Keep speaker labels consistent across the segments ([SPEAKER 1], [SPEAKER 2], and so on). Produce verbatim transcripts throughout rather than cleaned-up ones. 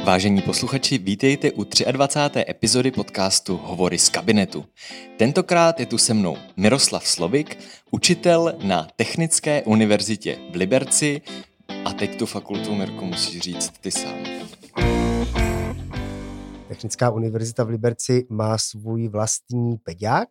[SPEAKER 1] Vážení posluchači, vítejte u dvacáté třetí epizody podcastu Hovory z kabinetu. Tentokrát je tu se mnou Miroslav Slovik, učitel na Technické univerzitě v Liberci. A teď tu fakultu, Mirko, musíš říct ty sám.
[SPEAKER 2] Technická univerzita v Liberci má svůj vlastní pediák,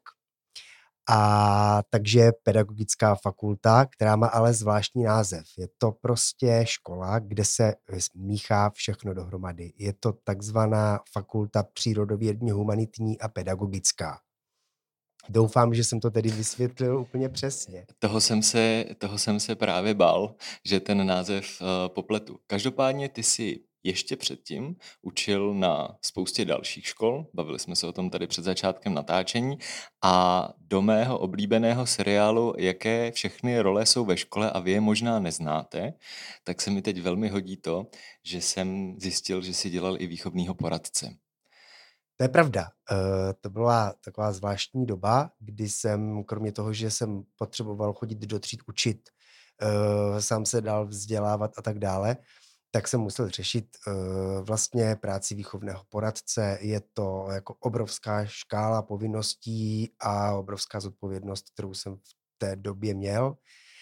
[SPEAKER 2] a takže pedagogická fakulta, která má ale zvláštní název. Je to prostě škola, kde se míchá všechno dohromady. Je to takzvaná fakulta přírodovědně humanitní a pedagogická. Doufám, že jsem to tedy vysvětlil úplně přesně.
[SPEAKER 1] Toho jsem se, toho jsem se právě bál, že ten název uh, popletu. Každopádně ty si ještě předtím učil na spoustě dalších škol, bavili jsme se o tom tady před začátkem natáčení, a do mého oblíbeného seriálu Jaké všechny role jsou ve škole a vy je možná neznáte, tak se mi teď velmi hodí to, že jsem zjistil, že si dělal i výchovného poradce.
[SPEAKER 2] To je pravda. Uh, to byla taková zvláštní doba, kdy jsem, kromě toho, že jsem potřeboval chodit do tříd učit, uh, sám se dal vzdělávat a tak dále, tak jsem musel řešit uh, vlastně práci výchovného poradce. Je to jako obrovská škála povinností a obrovská zodpovědnost, kterou jsem v té době měl.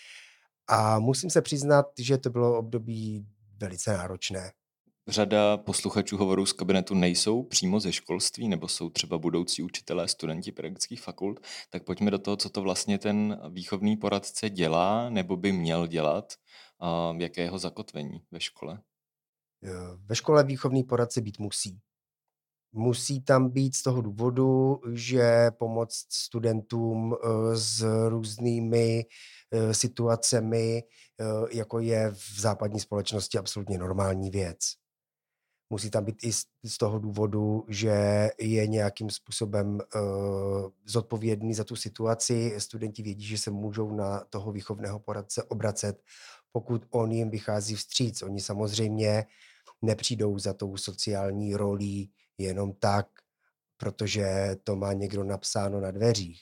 [SPEAKER 2] A musím se přiznat, že to bylo období velice náročné.
[SPEAKER 1] Řada posluchačů Hovorů z kabinetu nejsou přímo ze školství nebo jsou třeba budoucí učitelé, studenti pedagogických fakult, tak pojďme do toho, co to vlastně ten výchovný poradce dělá nebo by měl dělat, a jakého zakotvení ve škole.
[SPEAKER 2] Ve škole výchovný poradce být musí. Musí tam být z toho důvodu, že pomoct studentům s různými situacemi, jako je v západní společnosti absolutně normální věc. Musí tam být i z toho důvodu, že je nějakým způsobem zodpovědný za tu situaci. Studenti vědí, že se můžou na toho výchovného poradce obracet, pokud on jim vychází vstříc. Oni samozřejmě nepřijdou za tou sociální rolí jenom tak, protože to má někdo napsáno na dveřích.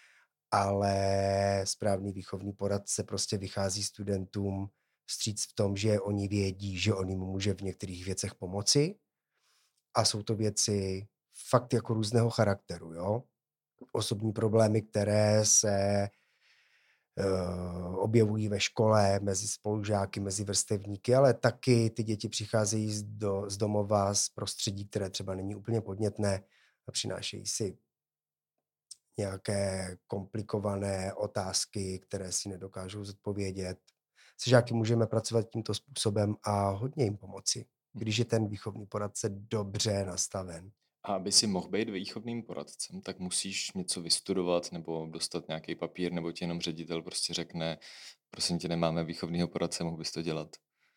[SPEAKER 2] Ale správný výchovný poradce prostě vychází studentům vstříc v tom, že oni vědí, že on jim může v některých věcech pomoci. A jsou to věci fakt jako různého charakteru, jo. Osobní problémy, které se uh, objevují ve škole, mezi spolužáky, mezi vrstevníky, ale taky ty děti přicházejí z, do, z domova, z prostředí, které třeba není úplně podnětné a přinášejí si nějaké komplikované otázky, které si nedokážou zodpovědět. Se žáky můžeme pracovat tímto způsobem a hodně jim pomoci, když je ten výchovný poradce dobře nastaven.
[SPEAKER 1] A aby si mohl být výchovným poradcem, tak musíš něco vystudovat nebo dostat nějaký papír, nebo ti jenom ředitel prostě řekne, prosím tě, nemáme výchovného poradce, mohl bys to dělat?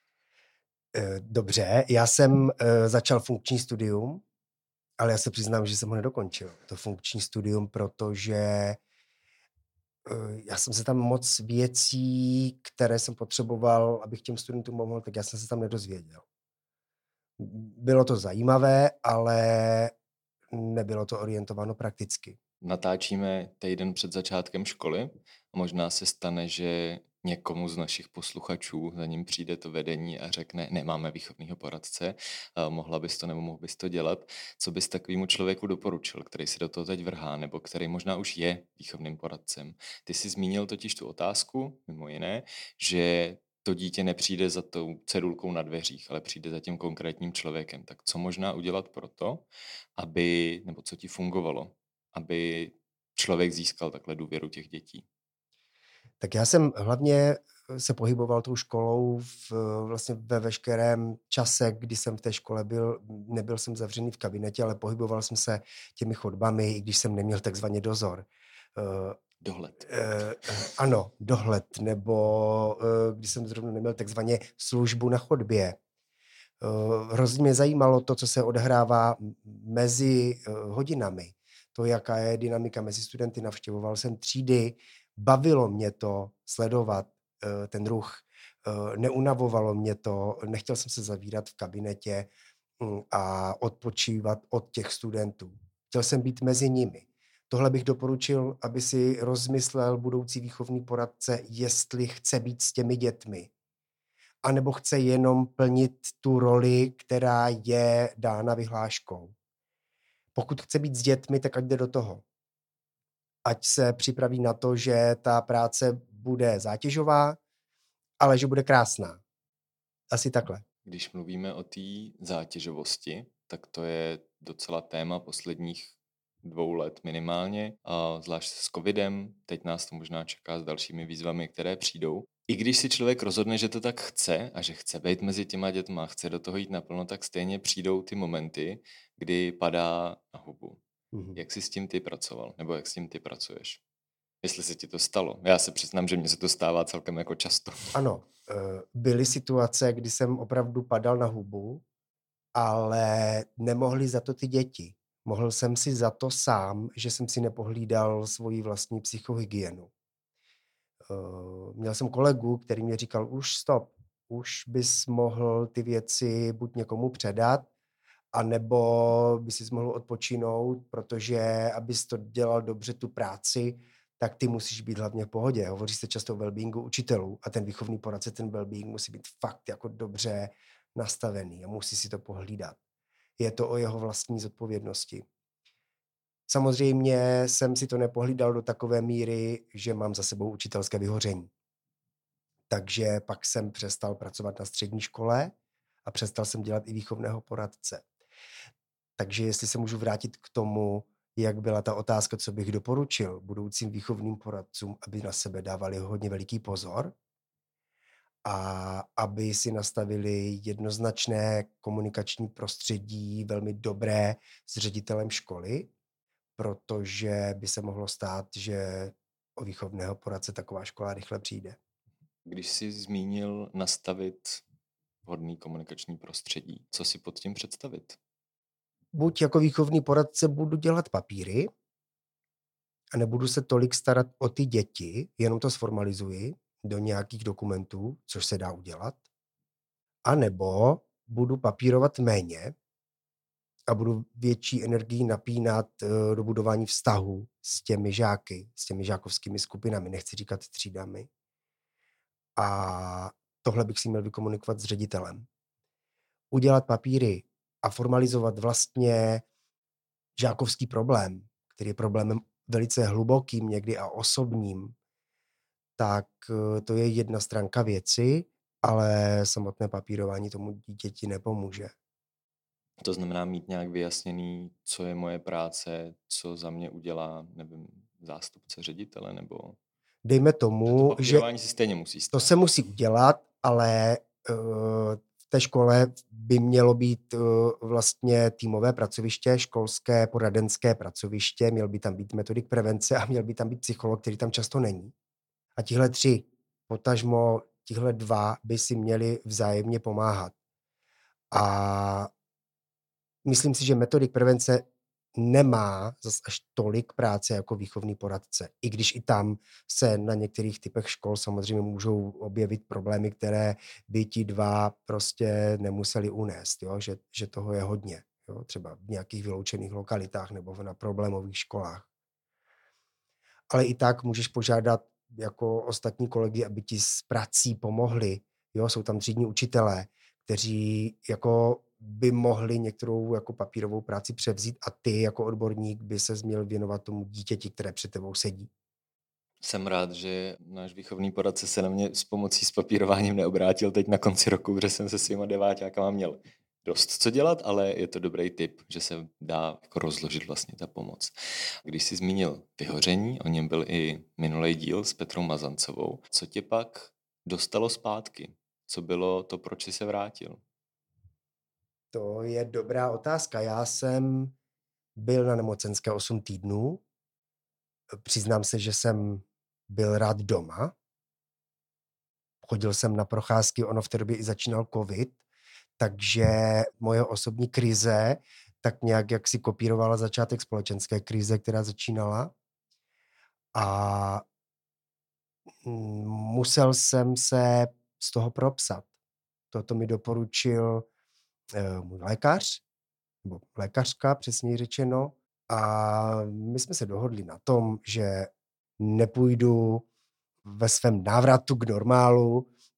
[SPEAKER 2] Dobře, já jsem začal funkční studium, ale já se přiznám, že jsem ho nedokončil, to funkční studium, protože já jsem se tam moc věcí, které jsem potřeboval, abych těm studentům mohl, tak já jsem se tam nedozvěděl. Bylo to zajímavé, ale nebylo to orientováno prakticky.
[SPEAKER 1] Natáčíme týden před začátkem školy a možná se stane, že někomu z našich posluchačů za ním přijde to vedení a řekne, nemáme výchovného poradce, mohla bys to nebo mohl bys to dělat. Co bys takovému člověku doporučil, který si do toho teď vrhá, nebo který možná už je výchovným poradcem? Ty jsi zmínil totiž tu otázku, mimo jiné, že to dítě nepřijde za tou cedulkou na dveřích, ale přijde za tím konkrétním člověkem. Tak co možná udělat pro to, aby, nebo co ti fungovalo, aby člověk získal takhle důvěru těch dětí?
[SPEAKER 2] Tak já jsem hlavně se pohyboval tou školou v, vlastně ve veškerém čase, kdy jsem v té škole byl. Nebyl jsem zavřený v kabinetě, ale pohyboval jsem se těmi chodbami, i když jsem neměl takzvaně dozor.
[SPEAKER 1] Dohled.
[SPEAKER 2] Uh, ano, dohled, nebo uh, když jsem zrovna neměl takzvaně službu na chodbě. Uh, hrozně mě zajímalo to, co se odehrává mezi uh, hodinami. To, jaká je dynamika mezi studenty. Navštěvoval jsem třídy, bavilo mě to sledovat uh, ten ruch, uh, neunavovalo mě to, nechtěl jsem se zavírat v kabinetě um, a odpočívat od těch studentů. Chtěl jsem být mezi nimi. Tohle bych doporučil, aby si rozmyslel budoucí výchovný poradce, jestli chce být s těmi dětmi. anebo chce jenom plnit tu roli, která je dána vyhláškou. Pokud chce být s dětmi, tak ať jde do toho. Ať se připraví na to, že ta práce bude zátěžová, ale že bude krásná. Asi takhle.
[SPEAKER 1] Když mluvíme o té zátěžovosti, tak to je docela téma posledních dvou let minimálně, a zvlášť s covidem, teď nás to možná čeká s dalšími výzvami, které přijdou. I když si člověk rozhodne, že to tak chce a že chce být mezi těma dětma, chce do toho jít naplno, tak stejně přijdou ty momenty, kdy padá na hubu. Mm-hmm. Jak jsi s tím ty pracoval? Nebo jak s tím ty pracuješ? Jestli se ti to stalo. Já se přiznám, že mně se to stává celkem jako často.
[SPEAKER 2] Ano, byly situace, kdy jsem opravdu padal na hubu, ale nemohli za to ty děti. Mohl jsem si za to sám, že jsem si nepohlídal svoji vlastní psychohygienu. Měl jsem kolegu, který mě říkal, už stop, už bys mohl ty věci buď někomu předat, anebo bys si mohl odpočinout, protože abys to dělal dobře tu práci, tak ty musíš být hlavně v pohodě. Hovoří se často o wellbeingu učitelů a ten výchovný poradce, ten wellbeing musí být fakt jako dobře nastavený a musí si to pohlídat. Je to o jeho vlastní zodpovědnosti. Samozřejmě jsem si to nepohlídal do takové míry, že mám za sebou učitelské vyhoření. Takže pak jsem přestal pracovat na střední škole a přestal jsem dělat i výchovného poradce. Takže jestli se můžu vrátit k tomu, jak byla ta otázka, co bych doporučil budoucím výchovným poradcům, aby na sebe dávali hodně veliký pozor a aby si nastavili jednoznačné komunikační prostředí, velmi dobré s ředitelem školy, protože by se mohlo stát, že o výchovného poradce taková škola rychle přijde.
[SPEAKER 1] Když jsi zmínil nastavit vhodný komunikační prostředí, co si pod tím představit?
[SPEAKER 2] Buď jako výchovný poradce budu dělat papíry a nebudu se tolik starat o ty děti, jenom to sformalizuji do nějakých dokumentů, což se dá udělat, a nebo budu papírovat méně a budu větší energii napínat do budování vztahu s těmi žáky, s těmi žákovskými skupinami, nechci říkat třídami. A tohle bych si měl vykomunikovat s ředitelem. Udělat papíry a formalizovat vlastně žákovský problém, který je problémem velice hlubokým někdy a osobním, tak to je jedna stránka věci, ale samotné papírování tomu dítěti nepomůže.
[SPEAKER 1] To znamená mít nějak vyjasněný, co je moje práce, co za mě udělá, nevím, zástupce ředitele, nebo...
[SPEAKER 2] Dejme tomu,
[SPEAKER 1] to papírování
[SPEAKER 2] že
[SPEAKER 1] se stejně musí stát.
[SPEAKER 2] To se musí udělat, ale uh, v té škole by mělo být uh, vlastně týmové pracoviště, školské poradenské pracoviště, měl by tam být metodik prevence a měl by tam být psycholog, který tam často není. A tihle tři, potažmo tihle dva by si měli vzájemně pomáhat. A myslím si, že metodik prevence nemá zas až tolik práce jako výchovný poradce. I když i tam se na některých typech škol samozřejmě můžou objevit problémy, které by ti dva prostě nemuseli unést, jo? Že, že toho je hodně. Jo? Třeba v nějakých vyloučených lokalitách nebo na problémových školách. Ale i tak můžeš požádat jako ostatní kolegy, aby ti s prací pomohli. Jo? Jsou tam třídní učitelé, kteří jako by mohli některou jako papírovou práci převzít a ty jako odborník by se měl věnovat tomu dítěti, které před tebou sedí.
[SPEAKER 1] Jsem rád, že náš výchovný poradce se na mě s pomocí s papírováním neobrátil teď na konci roku, protože jsem se svýma deváťákama měl dost co dělat, ale je to dobrý tip, že se dá jako rozložit vlastně ta pomoc. Když jsi zmínil vyhoření, o něm byl i minulý díl s Petrou Mazancovou, co tě pak dostalo zpátky? Co bylo to, proč jsi se vrátil?
[SPEAKER 2] To je dobrá otázka. Já jsem byl na nemocenské osm týdnů. Přiznám se, že jsem byl rád doma. Chodil jsem na procházky, ono v té době i začínal covid, takže moje osobní krize tak nějak jak si kopírovala začátek společenské krize, která začínala. A musel jsem se z toho propsat. Toto mi doporučil můj lékař, nebo lékařka, přesněji řečeno, a my jsme se dohodli na tom, že nepůjdu ve svém návratu k normálu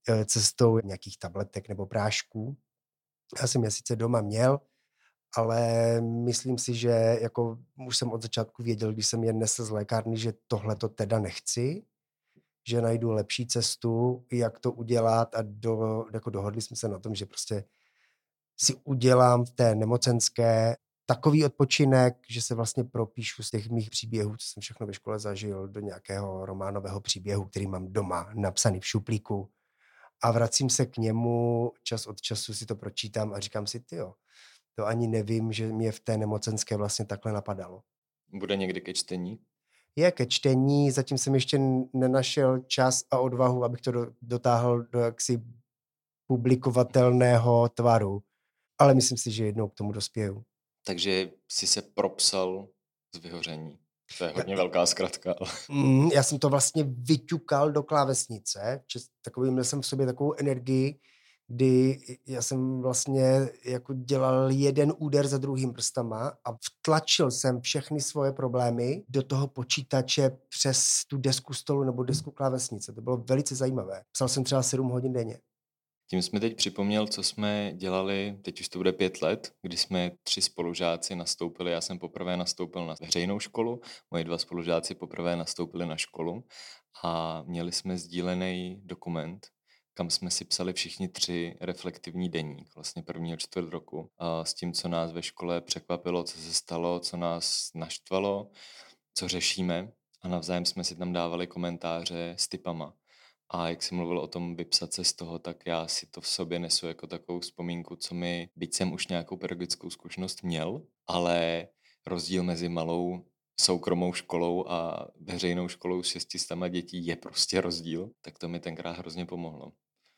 [SPEAKER 2] eh, cestou nějakých tabletek nebo prášků. Já jsem je sice doma měl, ale myslím si, že jako už jsem od začátku věděl, když jsem je nesl z lékárny, že tohle to teda nechci, že najdu lepší cestu, jak to udělat a do, jako dohodli jsme se na tom, že prostě si udělám v té nemocenské takový odpočinek, že se vlastně propíšu z těch mých příběhů, co jsem všechno ve škole zažil, do nějakého románového příběhu, který mám doma napsaný v šuplíku. A vracím se k němu, čas od času si to pročítám a říkám si, tyjo, to ani nevím, že mě v té nemocenské vlastně takhle napadalo.
[SPEAKER 1] Bude někdy ke čtení?
[SPEAKER 2] Je ke čtení, zatím jsem ještě nenašel čas a odvahu, abych to do, dotáhl do jaksi publikovatelného tvaru, ale myslím si, že jednou k tomu dospěju.
[SPEAKER 1] Takže jsi se propsal z vyhoření. To je hodně velká zkratka. Ale...
[SPEAKER 2] Mm, já jsem to vlastně vyťukal do klávesnice, čes, takový, měl jsem v sobě takovou energii, kdy já jsem vlastně jako dělal jeden úder za druhým prstama a vtlačil jsem všechny svoje problémy do toho počítače přes tu desku stolu nebo desku klávesnice. To bylo velice zajímavé. Psal jsem třeba sedm hodin denně.
[SPEAKER 1] Tím jsme teď připomněl, co jsme dělali, teď už to bude pět let, kdy jsme tři spolužáci nastoupili, já jsem poprvé nastoupil na veřejnou školu, moji dva spolužáci poprvé nastoupili na školu a měli jsme sdílený dokument, kam jsme si psali všichni tři reflektivní deník, vlastně prvního čtvrt roku, a s tím, co nás ve škole překvapilo, co se stalo, co nás naštvalo, co řešíme a navzájem jsme si tam dávali komentáře s tipama. A jak jsi mluvil o tom vypsat se z toho, tak já si to v sobě nesu jako takovou vzpomínku, co mi, byť jsem už nějakou pedagogickou zkušenost měl, ale rozdíl mezi malou soukromou školou a veřejnou školou s šestistama dětí je prostě rozdíl, tak to mi tenkrát hrozně pomohlo.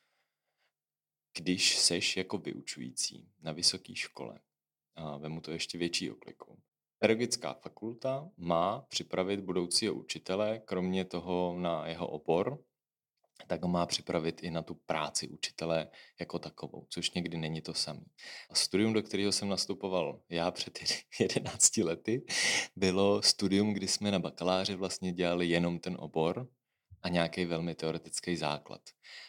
[SPEAKER 1] Když seš jako vyučující na vysoké škole, a vemu to ještě větší oklikou, pedagogická fakulta má připravit budoucího učitele, kromě toho na jeho obor, tak ho má připravit i na tu práci učitele jako takovou, což někdy není to samé. A studium, do kterého jsem nastupoval já před jedenácti lety, bylo studium, kdy jsme na bakaláři vlastně dělali jenom ten obor a nějaký velmi teoretický základ.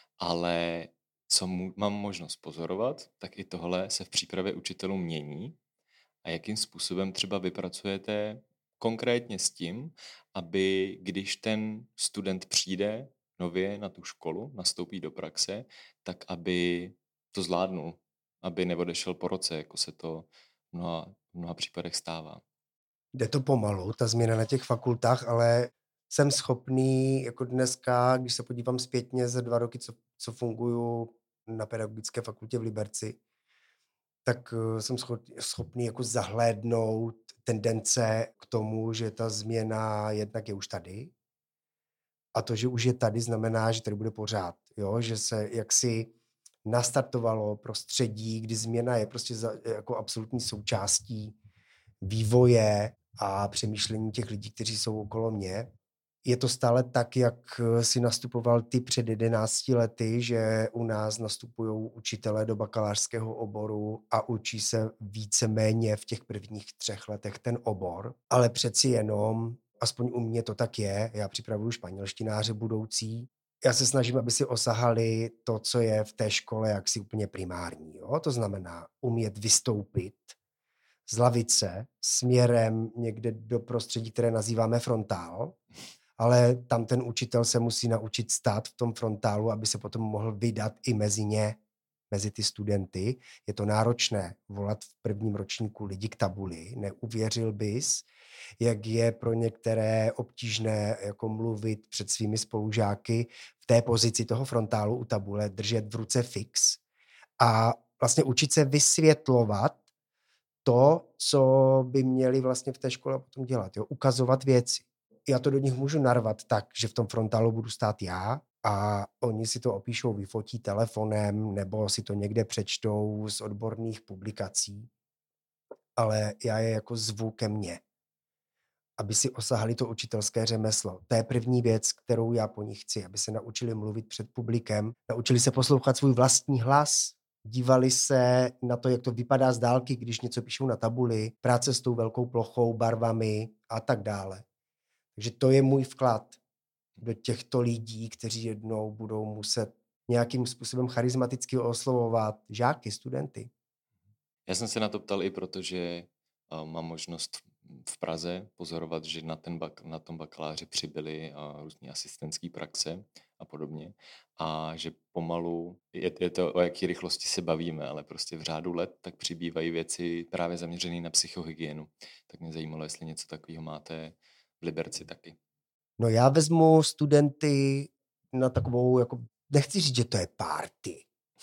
[SPEAKER 1] Ale co mu, mám možnost pozorovat, tak i tohle se v přípravě učitelů mění a jakým způsobem třeba vypracujete konkrétně s tím, aby když ten student přijde nově na tu školu, nastoupí do praxe, tak aby to zvládnul, aby neodešel po roce, jako se to v mnoha, v mnoha případech stává.
[SPEAKER 2] Jde to pomalu, ta změna na těch fakultách, ale jsem schopný, jako dneska, když se podívám zpětně za dva roky, co, co funguju na pedagogické fakultě v Liberci, tak uh, jsem schopný jako zahlédnout tendence k tomu, že ta změna jednak je už tady. A to, že už je tady, znamená, že tady bude pořád. Jo? Že se jaksi nastartovalo prostředí, kdy změna je prostě za, jako absolutní součástí vývoje a přemýšlení těch lidí, kteří jsou okolo mě. Je to stále tak, jak si nastupoval ty před jedenácti lety, že u nás nastupují učitelé do bakalářského oboru a učí se víceméně v těch prvních třech letech ten obor, ale přeci jenom, aspoň u mě to tak je, já připravuju španělštináře budoucí, já se snažím, aby si osahali to, co je v té škole jaksi úplně primární. Jo? To znamená umět vystoupit z lavice směrem někde do prostředí, které nazýváme frontál, ale tam ten učitel se musí naučit stát v tom frontálu, aby se potom mohl vydat i mezi ně, mezi ty studenty. Je to náročné volat v prvním ročníku lidi k tabuli. Neuvěřil bys, jak je pro některé obtížné jako mluvit před svými spolužáky v té pozici toho frontálu u tabule, držet v ruce fix a vlastně učit se vysvětlovat to, co by měli vlastně v té škole potom dělat. Jo? Ukazovat věci. Já to do nich můžu narvat tak, že v tom frontálu budu stát já a oni si to opíšou, vyfotí telefonem nebo si to někde přečtou z odborných publikací. Ale já je jako zvu ke mně, aby si osahali to učitelské řemeslo. To je první věc, kterou já po nich chci, aby se naučili mluvit před publikem, naučili se poslouchat svůj vlastní hlas, dívali se na to, jak to vypadá z dálky, když něco píšou na tabuli, práce s tou velkou plochou, barvami a tak dále. Takže to je můj vklad do těchto lidí, kteří jednou budou muset nějakým způsobem charismaticky oslovovat žáky, studenty.
[SPEAKER 1] Já jsem se na to ptal i proto, že uh, mám možnost v Praze pozorovat, že na, ten bak, na tom bakaláři přibyly uh, různé asistentské praxe a podobně. A že pomalu, je, je to o jaký rychlosti se bavíme, ale prostě v řádu let tak přibývají věci právě zaměřené na psychohygienu. Tak mě zajímalo, jestli něco takového máte v Liberci taky.
[SPEAKER 2] No já vezmu studenty na takovou, jako, nechci říct, že to je party.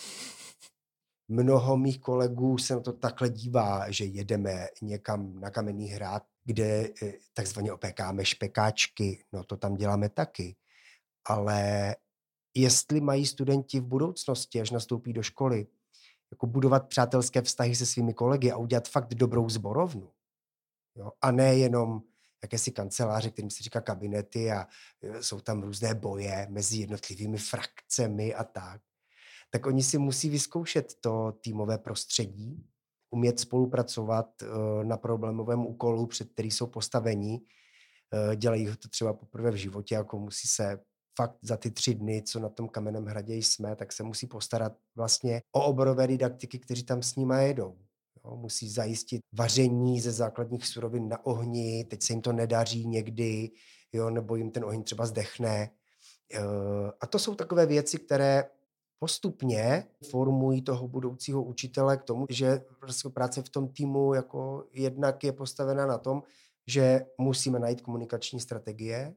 [SPEAKER 2] Mnoho mých kolegů se na to takhle dívá, že jedeme někam na Kamenný hrad, kde takzvaně opékáme špekáčky, no to tam děláme taky. Ale jestli mají studenti v budoucnosti, až nastoupí do školy, jako budovat přátelské vztahy se svými kolegy a udělat fakt dobrou sborovnu, jo? A ne jenom jakési kanceláře, kterým se říká kabinety a jsou tam různé boje mezi jednotlivými frakcemi a tak, tak oni si musí vyzkoušet to týmové prostředí, umět spolupracovat na problémovém úkolu, před který jsou postaveni. Dělají to třeba poprvé v životě, jako musí se fakt za ty tři dny, co na tom Kamenném hradě jsme, tak se musí postarat vlastně o oborové didaktiky, kteří tam s nima jedou. Jo, musí zajistit vaření ze základních surovin na ohni, teď se jim to nedaří někdy, jo, nebo jim ten oheň třeba zdechne. A to jsou takové věci, které postupně formují toho budoucího učitele k tomu, že práce v tom týmu jako jednak je postavena na tom, že musíme najít komunikační strategie,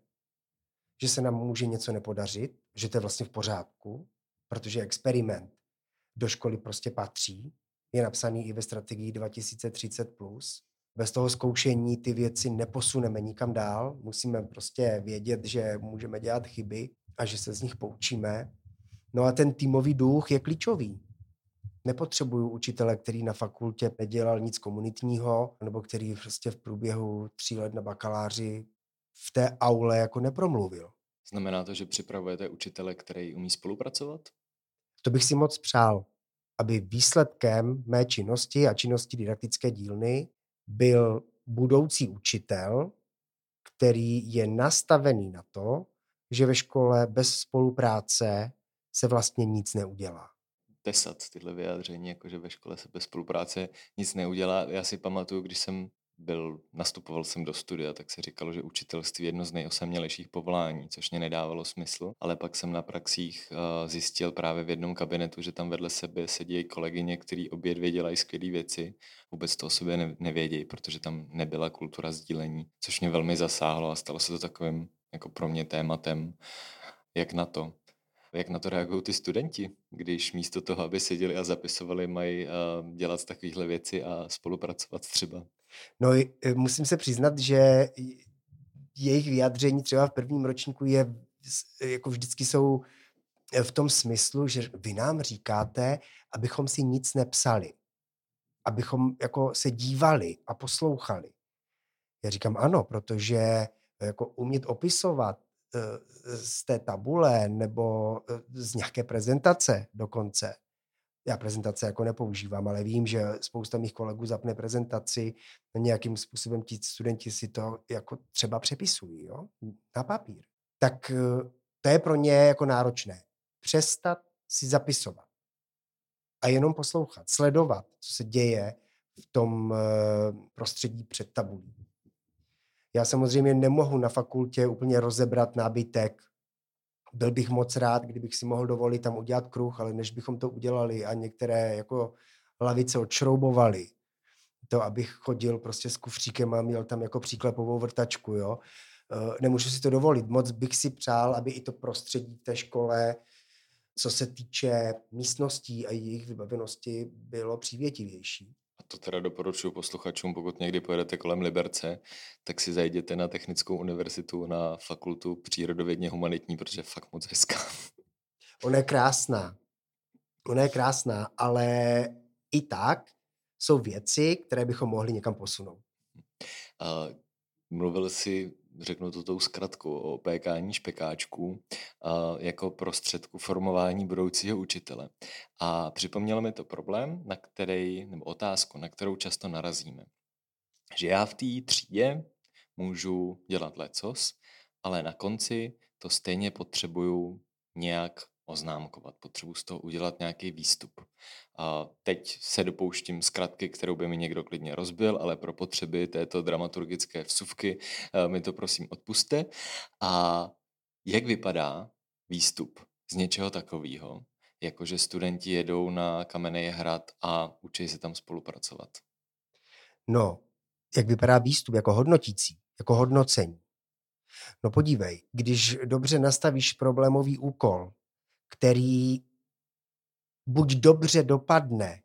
[SPEAKER 2] že se nám může něco nepodařit, že to je vlastně v pořádku, protože experiment do školy prostě patří, je napsaný i ve strategii dva tisíce třicet plus. Bez toho zkoušení ty věci neposuneme nikam dál, musíme prostě vědět, že můžeme dělat chyby a že se z nich poučíme. No a ten týmový duch je klíčový. Nepotřebuju učitele, který na fakultě nedělal nic komunitního, nebo který prostě v průběhu tří let na bakaláři v té aule jako nepromluvil.
[SPEAKER 1] Znamená to, že připravujete učitele, který umí spolupracovat?
[SPEAKER 2] To bych si moc přál, aby výsledkem mé činnosti a činnosti didaktické dílny byl budoucí učitel, který je nastavený na to, že ve škole bez spolupráce se vlastně nic neudělá.
[SPEAKER 1] Tesat tyhle vyjádření, jako že ve škole se bez spolupráce nic neudělá. Já si pamatuju, když jsem byl, nastupoval jsem do studia, tak se říkalo, že učitelství je jedno z nejosamělejších povolání, což mě nedávalo smysl, ale pak jsem na praxích uh, zjistil právě v jednom kabinetu, že tam vedle sebe sedí kolegyně, který obě dvě dělají skvělé věci, vůbec to o sobě ne- nevědějí, protože tam nebyla kultura sdílení, což mě velmi zasáhlo a stalo se to takovým jako pro mě tématem, jak na to. Jak na to reagují ty studenti, když místo toho, aby seděli a zapisovali, mají uh, dělat takovéhle věci a spolupracovat třeba?
[SPEAKER 2] No, musím se přiznat, že jejich vyjádření třeba v prvním ročníku je, jako vždycky jsou v tom smyslu, že vy nám říkáte, abychom si nic nepsali. Abychom jako se dívali a poslouchali. Já říkám ano, protože jako umět opisovat z té tabule nebo z nějaké prezentace dokonce. Já prezentace jako nepoužívám, ale vím, že spousta mých kolegů zapne prezentaci, nějakým způsobem ti studenti si to jako třeba přepisují, jo, na papír. Tak to je pro ně jako náročné. Přestat si zapisovat a jenom poslouchat, sledovat, co se děje v tom prostředí před tabulí. Já samozřejmě nemohu na fakultě úplně rozebrat nábytek. Byl bych moc rád, kdybych si mohl dovolit tam udělat kruh, ale než bychom to udělali a některé jako lavice odšroubovali, to abych chodil prostě s kufříkem a měl tam jako příklepovou vrtačku, jo. Nemůžu si to dovolit. Moc bych si přál, aby i to prostředí v té škole, co se týče místností a jejich vybavenosti, bylo přívětivější.
[SPEAKER 1] A to teda doporučuji posluchačům, pokud někdy pojedete kolem Liberce, tak si zajděte na Technickou univerzitu, na fakultu přírodovědně humanitní, protože je fakt moc hezká.
[SPEAKER 2] Ona je krásná. Ona je krásná, ale i tak jsou věci, které bychom mohli někam posunout.
[SPEAKER 1] A mluvil jsi, řeknu to tou zkratkou, o opékání špekáčků a jako prostředku formování budoucího učitele. A připomnělo mi to problém, na který, nebo otázku, na kterou často narazíme. Že já v té třídě můžu dělat lecos, ale na konci to stejně potřebuju nějak oznámkovat, potřebuji z toho udělat nějaký výstup. A teď se dopouštím zkratky, kterou by mi někdo klidně rozbil, ale pro potřeby této dramaturgické vsuvky mi to prosím odpuste. A jak vypadá výstup z něčeho takového, jakože studenti jedou na Kamenný hrad a učí se tam spolupracovat?
[SPEAKER 2] No, jak vypadá výstup jako hodnotící, jako hodnocení? No podívej, když dobře nastavíš problémový úkol, který buď dobře dopadne,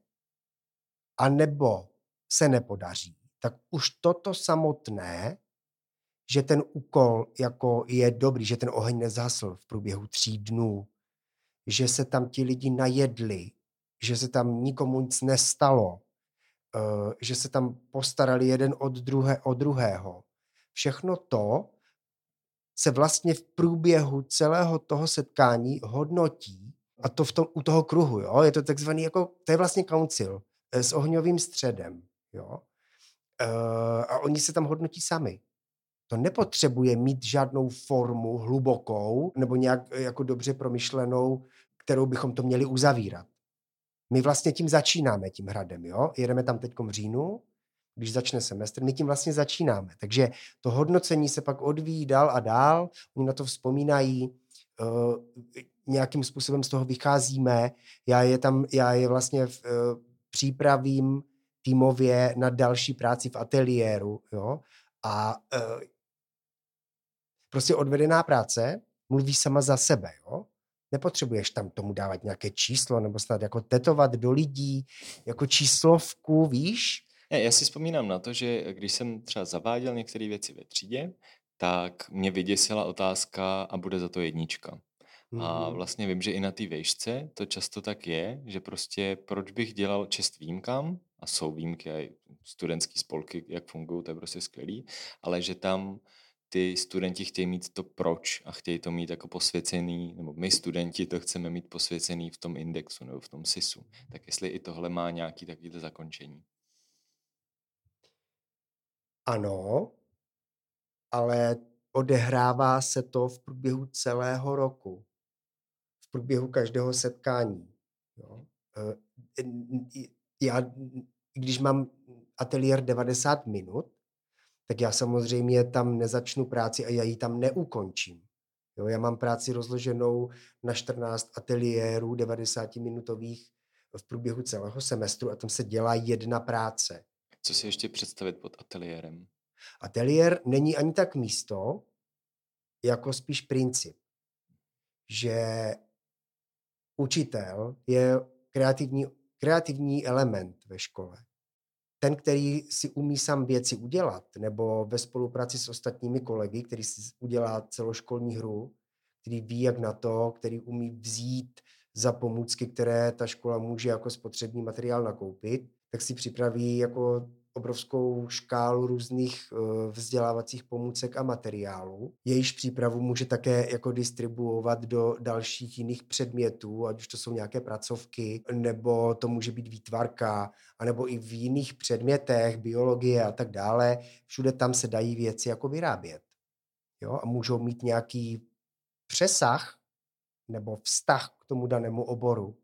[SPEAKER 2] anebo se nepodaří, tak už toto samotné, že ten úkol jako je dobrý, že ten oheň nezhasl v průběhu tří dnů, že se tam ti lidi najedli, že se tam nikomu nic nestalo, že se tam postarali jeden od druhé, o druhého. Všechno to se vlastně v průběhu celého toho setkání hodnotí, a to v tom, u toho kruhu, jo? Je to takzvaný, jako, to je vlastně council s ohňovým středem, jo? A oni se tam hodnotí sami. To nepotřebuje mít žádnou formu hlubokou nebo nějak jako dobře promyšlenou, kterou bychom to měli uzavírat. My vlastně tím začínáme, tím hradem, jo? Jedeme tam teď v říjnu, když začne semestr, my tím vlastně začínáme. Takže to hodnocení se pak odvíjí dál a dál, oni na to vzpomínají, uh, nějakým způsobem z toho vycházíme, já je tam, já je vlastně v, uh, přípravím týmově na další práci v ateliéru, jo? A uh, prostě odvedená práce mluví sama za sebe, jo? Nepotřebuješ tam tomu dávat nějaké číslo nebo snad jako tetovat do lidí jako číslovku, víš?
[SPEAKER 1] Ne, já si vzpomínám na to, že když jsem třeba zaváděl některé věci ve třídě, tak mě vyděsila otázka a bude za to jednička. Mm-hmm. A vlastně vím, že i na té vejšce to často tak je, že prostě proč bych dělal čest výjimkám, a jsou výjimky a studentský spolky, jak fungují, to je prostě skvělý, ale že tam ty studenti chtějí mít to proč a chtějí to mít jako posvěcený, nebo my studenti to chceme mít posvěcený v tom indexu nebo v tom sisu. Tak jestli i tohle má nějaký takovýhle zakončení.
[SPEAKER 2] Ano, ale odehrává se to v průběhu celého roku. V průběhu každého setkání. Jo. Já, když mám ateliér devadesát minut, tak já samozřejmě tam nezačnu práci a já ji tam neukončím. Jo, já mám práci rozloženou na čtrnáct ateliérů devadesátiminutových v průběhu celého semestru a tam se dělá jedna práce.
[SPEAKER 1] Co si ještě představit pod ateliérem?
[SPEAKER 2] Ateliér není ani tak místo, jako spíš princip, že učitel je kreativní, kreativní element ve škole. Ten, který si umí sám věci udělat, nebo ve spolupráci s ostatními kolegy, který si udělá celoškolní hru, který ví, jak na to, který umí vzít za pomůcky, které ta škola může jako spotřební materiál nakoupit, tak si připraví jako obrovskou škálu různých vzdělávacích pomůcek a materiálů. Jejíž přípravu může také jako distribuovat do dalších jiných předmětů, ať už to jsou nějaké pracovky, nebo to může být výtvarka, anebo i v jiných předmětech, biologie a tak dále. Všude tam se dají věci jako vyrábět. Jo? A můžou mít nějaký přesah nebo vztah k tomu danému oboru.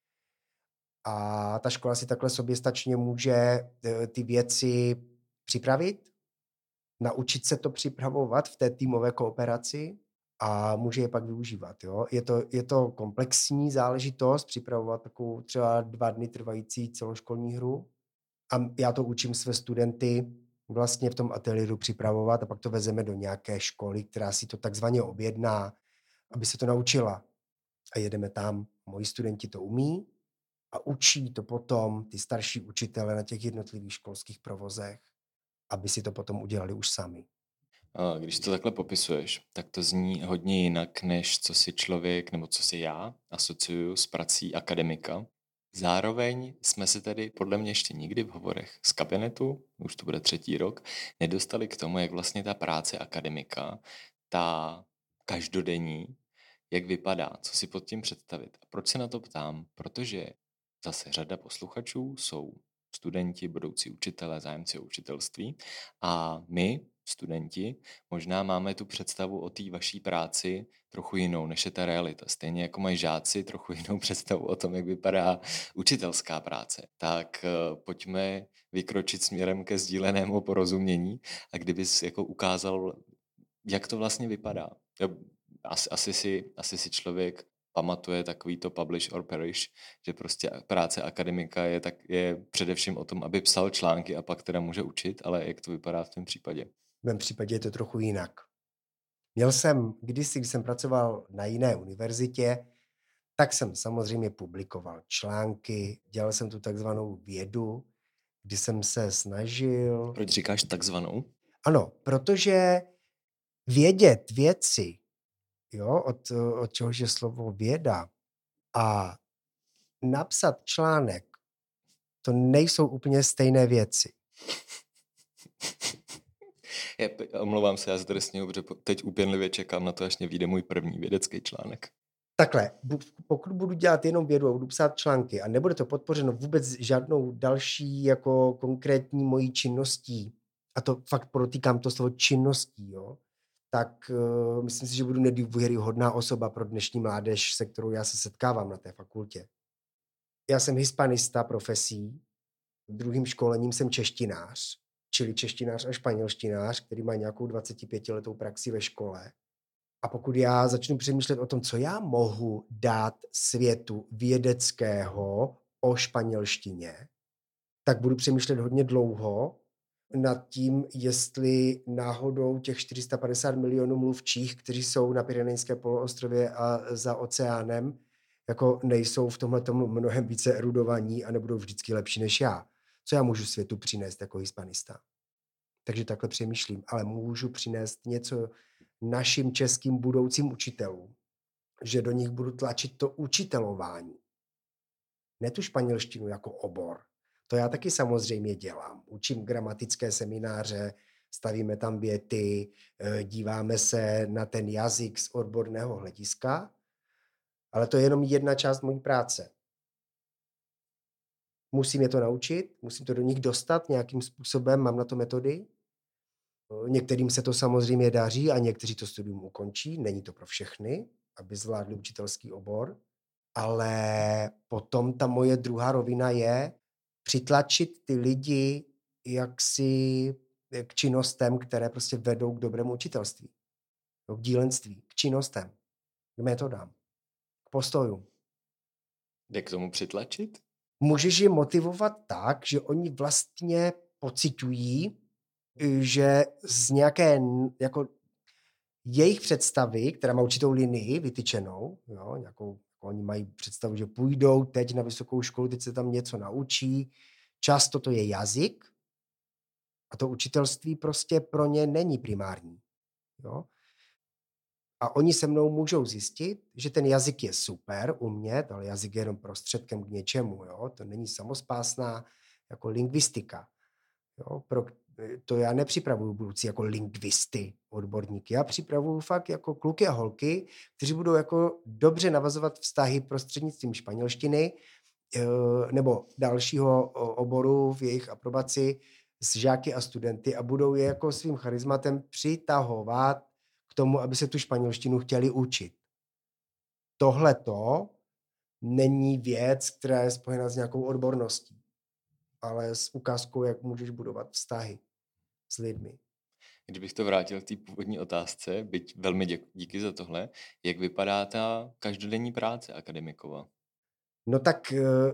[SPEAKER 2] A ta škola si takhle soběstačně může ty věci připravit, naučit se to připravovat v té týmové kooperaci a může je pak využívat. Jo? Je to, je to komplexní záležitost připravovat takovou třeba dva dny trvající celoškolní hru. A já to učím své studenty vlastně v tom ateliéru připravovat a pak to vezeme do nějaké školy, která si to takzvaně objedná, aby se to naučila. A jedeme tam. Moji studenti to umí a učí to potom ty starší učitele na těch jednotlivých školských provozech, aby si to potom udělali už sami.
[SPEAKER 1] A když to takhle popisuješ, tak to zní hodně jinak, než co si člověk, nebo co si já asociuju s prací akademika. Zároveň jsme se tedy podle mě ještě nikdy v hovorech z kabinetu, už to bude třetí rok, nedostali k tomu, jak vlastně ta práce akademika, ta každodenní, jak vypadá, co si pod tím představit. A proč se na to ptám? Protože zase řada posluchačů jsou studenti, budoucí učitelé, zájemci o učitelství a my studenti, možná máme tu představu o té vaší práci trochu jinou, než je ta realita. Stejně jako mají žáci trochu jinou představu o tom, jak vypadá učitelská práce. Tak uh, pojďme vykročit směrem ke sdílenému porozumění a kdybys jako ukázal, jak to vlastně vypadá. Asi, asi, si, asi si člověk pamatuje takový to publish or perish, že prostě práce akademika je, tak, je především o tom, aby psal články a pak teda může učit, ale jak to vypadá v tom případě?
[SPEAKER 2] V mém případě je to trochu jinak. Měl jsem, kdysi, když jsem pracoval na jiné univerzitě, tak jsem samozřejmě publikoval články, dělal jsem tu takzvanou vědu, kdy jsem se snažil...
[SPEAKER 1] Proč říkáš takzvanou?
[SPEAKER 2] Ano, protože vědět věci, jo, od, od čehož je slovo věda, a napsat článek, to nejsou úplně stejné věci.
[SPEAKER 1] Já, omlouvám se, já zdrsněju, protože teď úpěnlivě čekám na to, až mě vyjde můj první vědecký článek.
[SPEAKER 2] Takhle, pokud budu dělat jenom vědu a budu psát články a nebude to podpořeno vůbec žádnou další jako konkrétní mojí činností, a to fakt podotýkám to slovo činností, jo, tak uh, myslím si, že budu nedůvěryhodná osoba pro dnešní mládež, se kterou já se setkávám na té fakultě. Já jsem hispanista profesí, druhým školením jsem češtinář, čili češtinář a španělštinář, který má nějakou dvacetipětiletou praxi ve škole. A pokud já začnu přemýšlet o tom, co já mohu dát světu vědeckého o španělštině, tak budu přemýšlet hodně dlouho nad tím, jestli náhodou těch čtyři sta padesát milionů mluvčích, kteří jsou na Pyrenejské poloostrově a za oceánem, jako nejsou v tomhletom mnohem více erudovaní a nebudou vždycky lepší než já. Co já můžu světu přinést jako hispanista? Takže takhle přemýšlím, ale můžu přinést něco našim českým budoucím učitelům, že do nich budu tlačit to učitelování. Ne tu španělštinu jako obor. To já taky samozřejmě dělám. Učím gramatické semináře, stavíme tam věty, díváme se na ten jazyk z odborného hlediska, ale to je jenom jedna část mojí práce. Musím je to naučit, musím to do nich dostat nějakým způsobem, mám na to metody. Některým se to samozřejmě daří a někteří to studium ukončí. Není to pro všechny, aby zvládli učitelský obor. Ale potom ta moje druhá rovina je přitlačit ty lidi jaksi k činnostem, které prostě vedou k dobrému učitelství. K dílenství, k činnostem, k metodám, k postojům.
[SPEAKER 1] Jak k tomu přitlačit?
[SPEAKER 2] Můžeš je motivovat tak, že oni vlastně pociťují, že z nějaké jako jejich představy, která má určitou linii vytyčenou, jo, nějakou, oni mají představu, že půjdou teď na vysokou školu, teď se tam něco naučí, často to je jazyk a to učitelství prostě pro ně není primární. Jo. A oni se mnou můžou zjistit, že ten jazyk je super umět, ale jazyk je jenom prostředkem k něčemu. Jo. To není samospásná jako lingvistika. Jo, pro, to já nepřipravuju budoucí jako lingvisty, odborníky. Já připravuju fakt jako kluky a holky, kteří budou jako dobře navazovat vztahy prostřednictvím španělštiny nebo dalšího oboru v jejich aprobaci s žáky a studenty a budou je jako svým charizmatem přitahovat k tomu, aby se tu španělštinu chtěli učit. Tohleto není věc, která je spojena s nějakou odborností, ale s ukázkou, jak můžeš budovat vztahy s lidmi.
[SPEAKER 1] Kdybych to vrátil k té původní otázce, byť velmi děk, díky za tohle, jak vypadá ta každodenní práce akademikova?
[SPEAKER 2] No tak uh,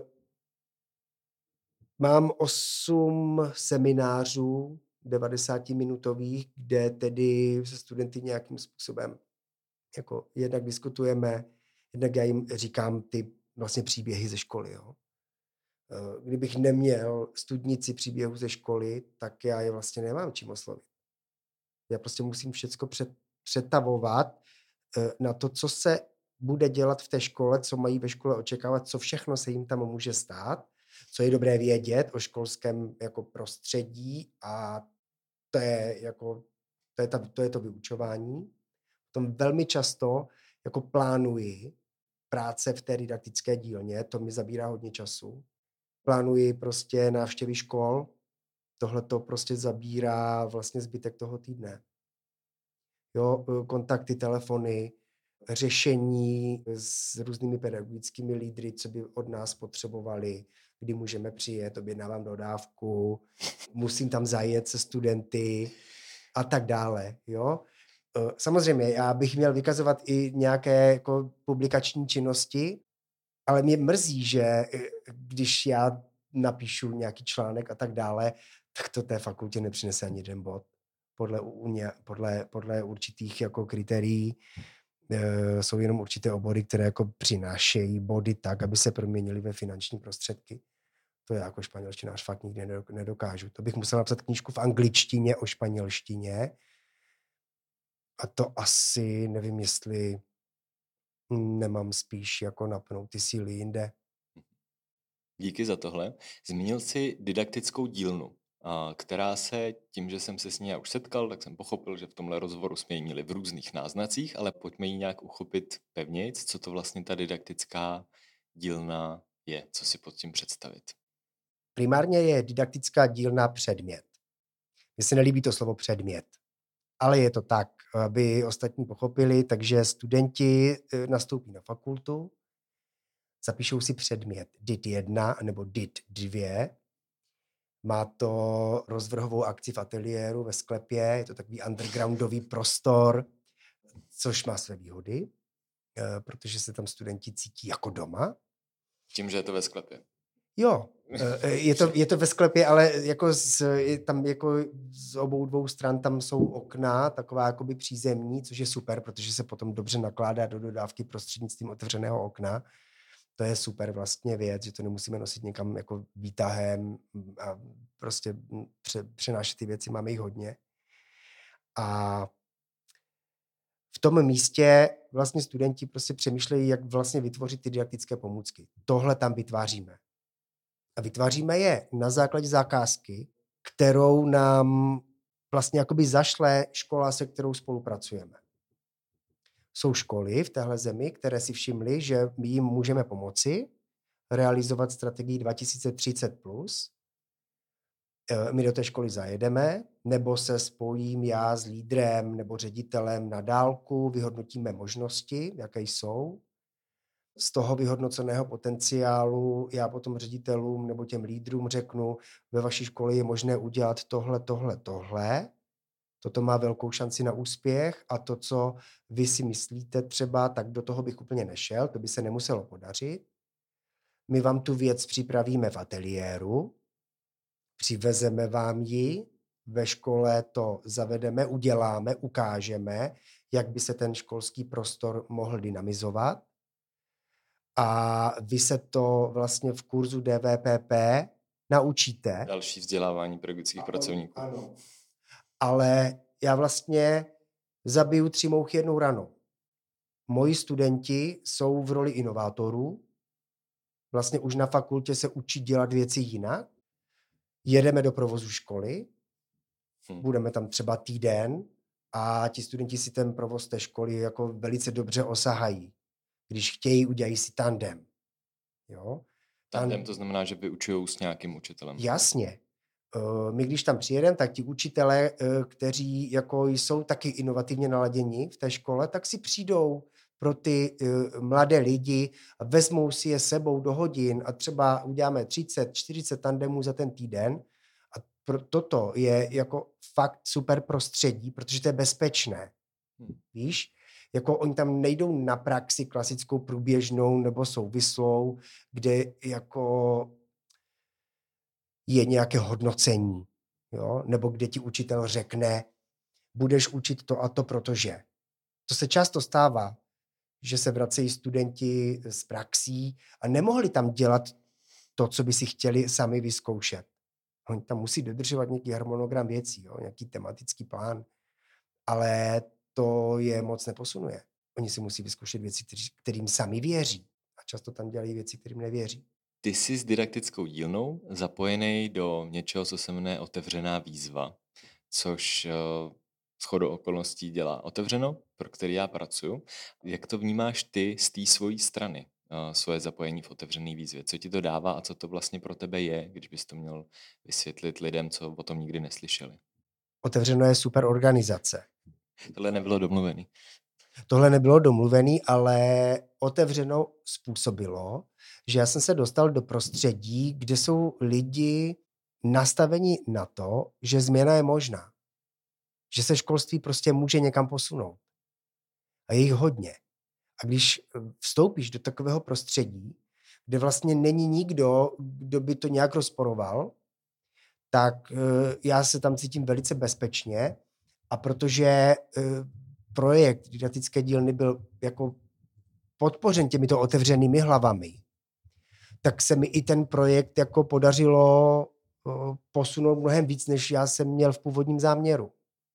[SPEAKER 2] mám osm seminářů devadesátiminutových, kde tedy se studenty nějakým způsobem jako jednak diskutujeme, jednak já jim říkám ty vlastně příběhy ze školy. Jo. Kdybych neměl studnici příběhu ze školy, tak já je vlastně nemám čím oslovit. Já prostě musím všecko před, přetavovat na to, co se bude dělat v té škole, co mají ve škole očekávat, co všechno se jim tam může stát, co je dobré vědět o školském jako prostředí a to je, jako, to, je ta, to je to vyučování. Potom velmi často jako plánuji práce v té didaktické dílně, to mi zabírá hodně času. Plánuji prostě návštěvy škol, Tohle to prostě zabírá vlastně zbytek toho týdne. Jo, eh, kontakty, telefony, řešení s různými pedagogickými lídry, co by od nás potřebovali, kdy můžeme přijet, objednávám dodávku, musím tam zajet se studenty a tak dále. Jo? Eh, Samozřejmě, já bych měl vykazovat i nějaké jako publikační činnosti, ale mě mrzí, že eh, když já napíšu nějaký článek a tak dále, tak to té fakultě nepřinese ani jeden bod. Podle, uně, podle, podle určitých jako kritérií e, jsou jenom určité obory, které jako přinášejí body tak, aby se proměnily ve finanční prostředky. To já jako španělštinář fakt nikdy nedokážu. To bych musel napsat knížku v angličtině o španělštině a to asi nevím, jestli nemám spíš jako napnout ty síly jinde.
[SPEAKER 1] Díky za tohle. Zmínil jsi didaktickou dílnu, a která se tím, že jsem se s ní už setkal, tak jsem pochopil, že v tomhle rozhovoru jsme ji měli v různých náznacích, ale pojďme ji nějak uchopit pevnějc, co to vlastně ta didaktická dílna je, co si pod tím představit.
[SPEAKER 2] Primárně je didaktická dílna předmět. Mně se nelíbí to slovo předmět, ale je to tak, aby ostatní pochopili, takže studenti nastoupí na fakultu, zapíšou si předmět D I T jedna nebo D I T dva. Má to rozvrhovou akci v ateliéru ve sklepě, je to takový undergroundový prostor, což má své výhody, protože se tam studenti cítí jako doma.
[SPEAKER 1] Tím, že je to ve sklepě.
[SPEAKER 2] Jo, je to, je to ve sklepě, ale jako z, tam jako z obou dvou stran tam jsou okna, taková jakoby přízemní, což je super, protože se potom dobře nakládá do dodávky prostřednictvím otevřeného okna. To je super vlastně věc, že to nemusíme nosit někam jako výtahem a prostě pře, přenášet ty věci, máme jich hodně. A v tom místě vlastně studenti prostě přemýšlejí, jak vlastně vytvořit ty didaktické pomůcky. Tohle tam vytváříme. A vytváříme je na základě zakázky, kterou nám vlastně jakoby zašle škola, se kterou spolupracujeme. Jsou školy v téhle zemi, které si všimly, že my jim můžeme pomoci realizovat strategii dva tisíce třicet plus. My do té školy zajedeme, nebo se spojím já s lídrem nebo ředitelem na dálku, vyhodnotíme možnosti, jaké jsou. Z toho vyhodnoceného potenciálu já potom ředitelům nebo těm lídrům řeknu, ve vaší škole je možné udělat tohle, tohle, tohle. Toto má velkou šanci na úspěch a to, co vy si myslíte třeba, tak do toho bych úplně nešel, to by se nemuselo podařit. My vám tu věc připravíme v ateliéru, přivezeme vám ji, ve škole to zavedeme, uděláme, ukážeme, jak by se ten školský prostor mohl dynamizovat. A vy se to vlastně v kurzu D V P P naučíte.
[SPEAKER 1] Další vzdělávání pedagogických ano, pracovníků.
[SPEAKER 2] Ano. Ale já vlastně zabiju tři mouchy jednou ranou. Moji studenti jsou v roli inovátorů. Vlastně už na fakultě se učí dělat věci jinak. Jedeme do provozu školy, hmm. budeme tam třeba týden a ti studenti si ten provoz té školy jako velice dobře osahají. Když chtějí, udělají si tandem. Jo?
[SPEAKER 1] Tandem to znamená, že vyučují s nějakým učitelem.
[SPEAKER 2] Jasně. My když tam přijedeme, tak ti učitelé, kteří jako jsou taky inovativně naladěni v té škole, tak si přijdou pro ty mladé lidi a vezmou si je sebou do hodin a třeba uděláme třicet čtyřicet tandemů za ten týden. A pro toto je jako fakt super prostředí, protože to je bezpečné. Hmm. Víš? Jako oni tam nejdou na praxi klasickou průběžnou nebo souvislou, kde jako je nějaké hodnocení, jo? Nebo kde ti učitel řekne, budeš učit to a to, protože. To se často stává, že se vracejí studenti z praxí a nemohli tam dělat to, co by si chtěli sami vyzkoušet. Oni tam musí dodržovat nějaký harmonogram věcí, jo? Nějaký tematický plán, ale to je moc neposunuje. Oni si musí vyzkoušet věci, kterým sami věří. A často tam dělají věci, kterým nevěří.
[SPEAKER 1] Ty jsi s didaktickou dílnou zapojený do něčeho, co se jmenuje Otevřená výzva, což shodou okolností dělá Otevřeno, pro který já pracuji. Jak to vnímáš ty z té svojí strany? svoje zapojení v otevřené výzvě. Co ti to dává a co to vlastně pro tebe je, když bys to měl vysvětlit lidem, co o tom nikdy neslyšeli?
[SPEAKER 2] Otevřeno je super organizace.
[SPEAKER 1] Tohle nebylo domluvený.
[SPEAKER 2] Tohle nebylo domluvený, ale otevřeno způsobilo, že já jsem se dostal do prostředí, kde jsou lidi nastaveni na to, že změna je možná. Že se školství prostě může někam posunout. A je jich hodně. A když vstoupíš do takového prostředí, kde vlastně není nikdo, kdo by to nějak rozporoval, tak já se tam cítím velice bezpečně. A protože projekt didaktické dílny byl jako podpořen těmito otevřenými hlavami, tak se mi i ten projekt jako podařilo posunout mnohem víc, než já jsem měl v původním záměru.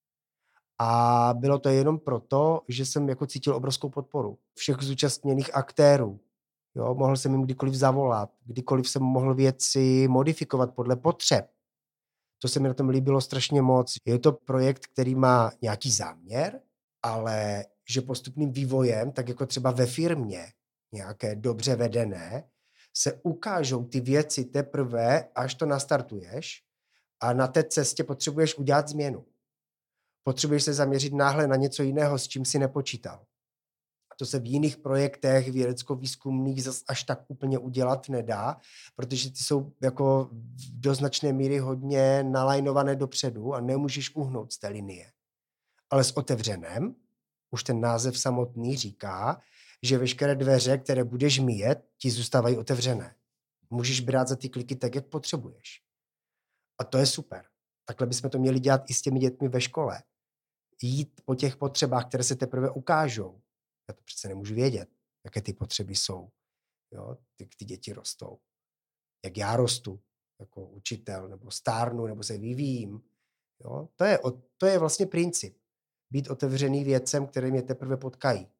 [SPEAKER 2] A bylo to jenom proto, že jsem jako cítil obrovskou podporu všech zúčastněných aktérů. Jo, mohl jsem jim kdykoliv zavolat, kdykoliv jsem mohl věci modifikovat podle potřeb. To se mi na tom líbilo strašně moc. Je to projekt, který má nějaký záměr, ale že postupným vývojem, tak jako třeba ve firmě, nějaké dobře vedené, se ukážou ty věci teprve, až to nastartuješ a na té cestě potřebuješ udělat změnu. Potřebuješ se zaměřit náhle na něco jiného, s čím si nepočítal. A to se v jiných projektech vědecko-výzkumných zas až tak úplně udělat nedá, protože ty jsou jako do značné míry hodně nalajnované dopředu a nemůžeš uhnout z té linie. Ale s otevřeném, už ten název samotný říká, že veškeré dveře, které budeš míjet, ti zůstávají otevřené. Můžeš brát za ty kliky tak, jak potřebuješ. A to je super. Takhle bychom to měli dělat i s těmi dětmi ve škole. Jít po těch potřebách, které se teprve ukážou. Já to přece nemůžu vědět, jaké ty potřeby jsou. Jo? Ty, ty děti rostou. Jak já rostu jako učitel, nebo stárnu, nebo se vyvíjím. Jo? To je, to je vlastně princip. Být otevřený věcem, které mě teprve potkají.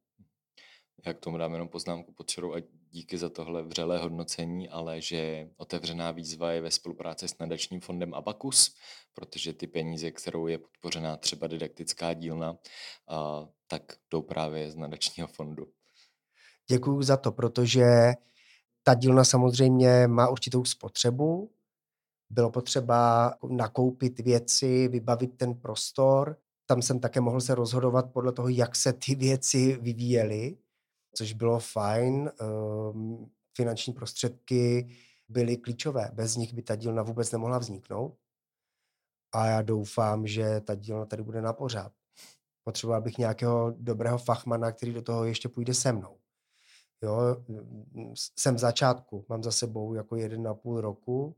[SPEAKER 1] Já k tomu dám jenom poznámku pod čarou a díky za tohle vřelé hodnocení, ale že otevřená výzva je ve spolupráci s nadačním fondem Abacus, protože ty peníze, kterou je podpořená třeba didaktická dílna, a, tak jdou právě z nadačního fondu.
[SPEAKER 2] Děkuju za to, protože ta dílna samozřejmě má určitou spotřebu. Bylo potřeba nakoupit věci, vybavit ten prostor. Tam jsem také mohl se rozhodovat podle toho, jak se ty věci vyvíjely, což bylo fajn. Finanční prostředky byly klíčové. Bez nich by ta dílna vůbec nemohla vzniknout. A já doufám, že ta dílna tady bude na pořád. Potřeboval bych nějakého dobrého fachmana, který do toho ještě půjde se mnou. Jo, jsem v začátku, mám za sebou jako jeden a půl roku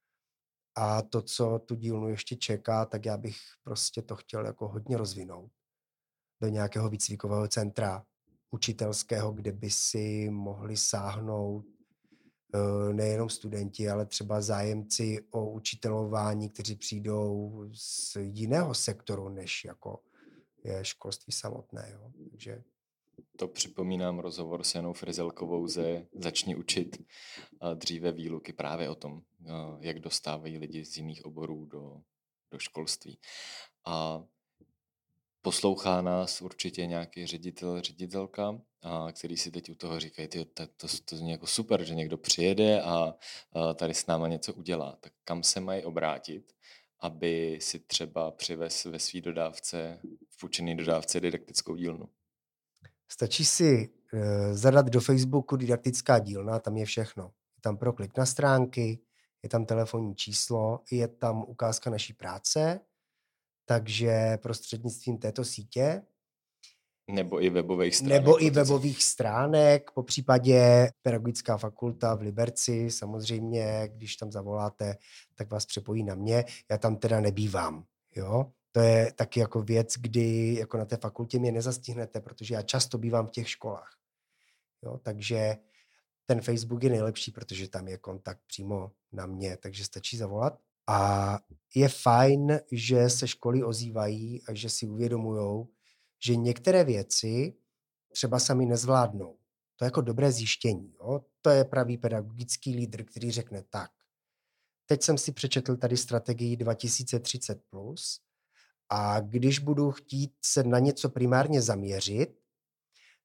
[SPEAKER 2] a to, co tu dílnu ještě čeká, tak já bych prostě to chtěl jako hodně rozvinout do nějakého výcvikového centra učitelského, kde by si mohli sáhnout nejenom studenti, ale třeba zájemci o učitelování, kteří přijdou z jiného sektoru, než jako je školství samotné. Jo. Takže
[SPEAKER 1] to připomínám rozhovor s Janou Frizelkovou ze Začni učit, dříve výluky právě o tom, jak dostávají lidi z jiných oborů do, do školství. A poslouchá nás určitě nějaký ředitel, ředitelka, a který si teď u toho říkají, to, to, to, to zní jako super, že někdo přijede a, a tady s náma něco udělá. Tak kam se mají obrátit, aby si třeba přivez ve své dodávce, v půjčené dodávce didaktickou dílnu?
[SPEAKER 2] Stačí si uh, zadat do Facebooku didaktická dílna, tam je všechno. Je tam proklik na stránky, je tam telefonní číslo, je tam ukázka naší práce, takže prostřednictvím této sítě
[SPEAKER 1] nebo i webových stránek.
[SPEAKER 2] Nebo i webových stránek, po případě Pedagogická fakulta v Liberci, samozřejmě, když tam zavoláte, tak vás přepojí na mě. Já tam teda nebývám, jo. To je taky jako věc, kdy jako na té fakultě mě nezastihnete, protože já často bývám v těch školách. Jo, takže ten Facebook je nejlepší, protože tam je kontakt přímo na mě, takže stačí zavolat. A je fajn, že se školy ozývají a že si uvědomujou, že některé věci třeba sami nezvládnou. To je jako dobré zjištění. Jo? To je pravý pedagogický lídr, který řekne tak. Teď jsem si přečetl tady strategii dva tisíce třicet plus a když budu chtít se na něco primárně zaměřit, tak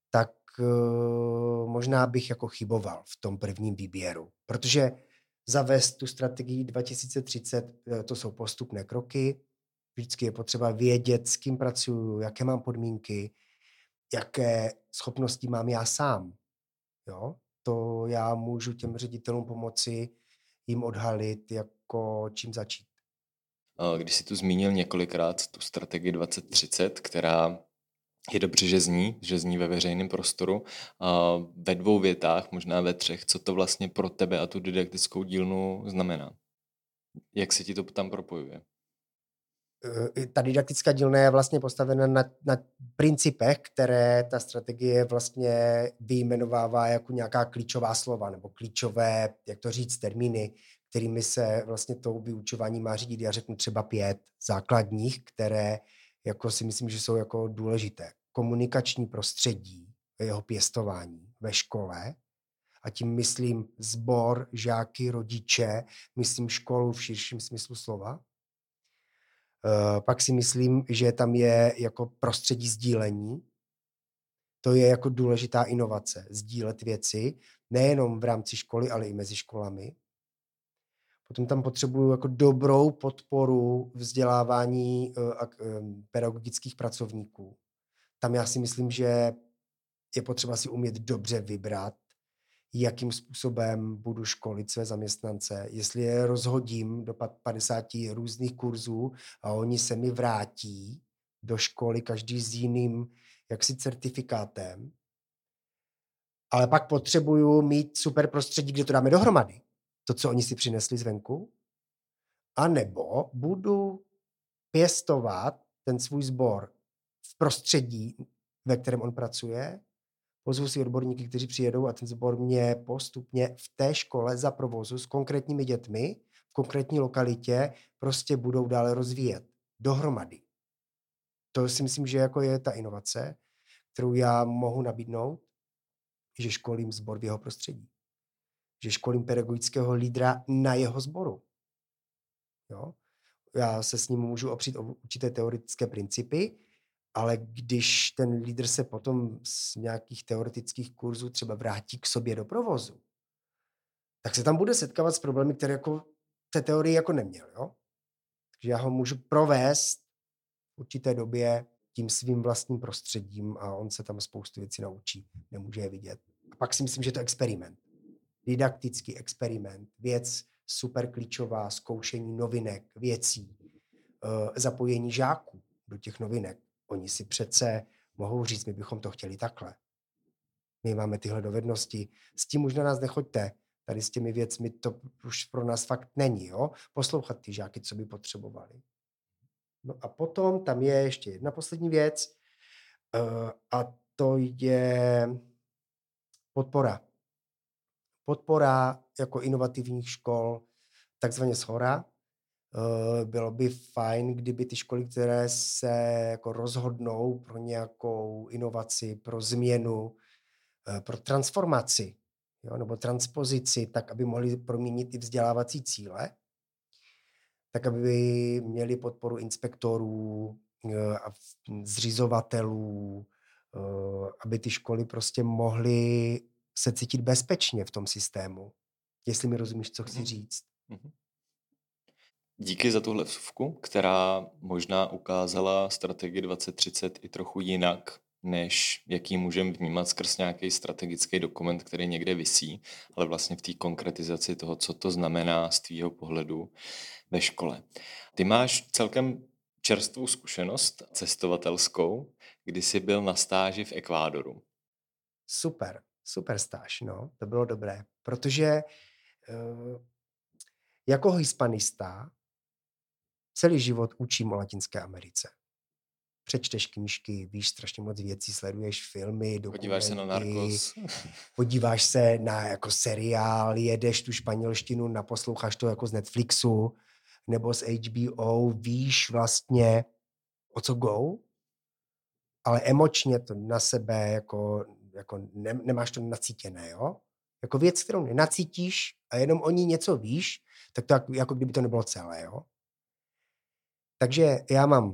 [SPEAKER 2] uh, možná bych jako chyboval v tom prvním výběru. Protože zavést tu strategii dva tisíce třicet, to jsou postupné kroky. Vždycky je potřeba vědět, s kým pracuju, jaké mám podmínky, jaké schopnosti mám já sám. Jo? To já můžu těm ředitelům pomoci jim odhalit, jako čím začít.
[SPEAKER 1] Když jsi tu zmínil několikrát tu strategii dvacet třicet, která je dobře, že zní, že zní ve veřejném prostoru. Ve dvou větách, možná ve třech, co to vlastně pro tebe a tu didaktickou dílnu znamená? Jak se ti to tam propojuje?
[SPEAKER 2] Ta didaktická dílna je vlastně postavena na, na principech, které ta strategie vlastně vyjmenovává jako nějaká klíčová slova nebo klíčové, jak to říct, termíny, kterými se vlastně to vyučování má řídit. Já řeknu třeba pět základních, které jako si myslím, že jsou jako důležité. Komunikační prostředí, jeho pěstování ve škole, a tím myslím sbor, žáky, rodiče, myslím školu v širším smyslu slova. Uh, pak si myslím, že tam je jako prostředí sdílení. To je jako důležitá inovace. Sdílet věci, nejenom v rámci školy, ale i mezi školami. Potom tam potřebuju jako dobrou podporu vzdělávání uh, uh, pedagogických pracovníků. Tam já si myslím, že je potřeba si umět dobře vybrat, jakým způsobem budu školit své zaměstnance, jestli je rozhodím do padesáti různých kurzů a oni se mi vrátí do školy, každý s jiným jaksi certifikátem, ale pak potřebuju mít super prostředí, kde to dáme dohromady. To, co oni si přinesli zvenku, a nebo budu pěstovat ten svůj sbor v prostředí, ve kterém on pracuje. Pozvu si odborníky, kteří přijedou a ten sbor mě postupně v té škole za provozu s konkrétními dětmi v konkrétní lokalitě prostě budou dále rozvíjet dohromady. To si myslím, že jako je ta inovace, kterou já mohu nabídnout, že školím sbor v jeho prostředí. Že školím pedagogického lídra na jeho sboru. Jo? Já se s ním můžu opřít o určité teoretické principy, ale když ten lídr se potom z nějakých teoretických kurzů třeba vrátí k sobě do provozu, tak se tam bude setkávat s problémy, které jako v té teorii jako neměl. Jo? Takže já ho můžu provést v určité době tím svým vlastním prostředím a on se tam spoustu věcí naučí, nemůže je vidět. A pak si myslím, že to je experiment. Didaktický experiment, věc super klíčová, zkoušení novinek, věcí, zapojení žáků do těch novinek. Oni si přece mohou říct, my bychom to chtěli takhle. My máme tyhle dovednosti, s tím už na nás nechoďte. Tady s těmi věcmi to už pro nás fakt není, jo? Poslouchat ty žáky, co by potřebovali. No a potom tam je ještě jedna poslední věc a to je podpora. Podpora jako inovativních škol, takzvaně shora. Bylo by fajn, kdyby ty školy, které se jako rozhodnou pro nějakou inovaci, pro změnu, pro transformaci, jo, nebo transpozici, tak aby mohli proměnit i vzdělávací cíle, tak aby měli podporu inspektorů a zřizovatelů, aby ty školy prostě mohly se cítit bezpečně v tom systému. Jestli mi rozumíš, co chci říct. Mm-hmm.
[SPEAKER 1] Díky za tuhle vsuvku, která možná ukázala strategii dvacet třicet i trochu jinak, než jaký můžeme vnímat skrz nějaký strategický dokument, který někde visí, ale vlastně v té konkretizaci toho, co to znamená z tvýho pohledu ve škole. Ty máš celkem čerstvou zkušenost cestovatelskou, kdy jsi byl na stáži v Ekvádoru.
[SPEAKER 2] Super, super stáž, no, to bylo dobré, protože uh, jako hispanista celý život učím o Latinské Americe. Přečteš knížky, víš strašně moc věcí, sleduješ filmy, dokumenty.
[SPEAKER 1] Podíváš se na Narcos.
[SPEAKER 2] Podíváš se na jako seriál, jedeš tu španělštinu, naposloucháš to jako z Netflixu nebo z H B O, víš vlastně o co go, ale emočně to na sebe jako, jako ne, nemáš to nacítěné, jo? Jako věc, kterou nenacítíš a jenom o ní něco víš, tak to jako, jako kdyby to nebylo celé, jo? Takže já mám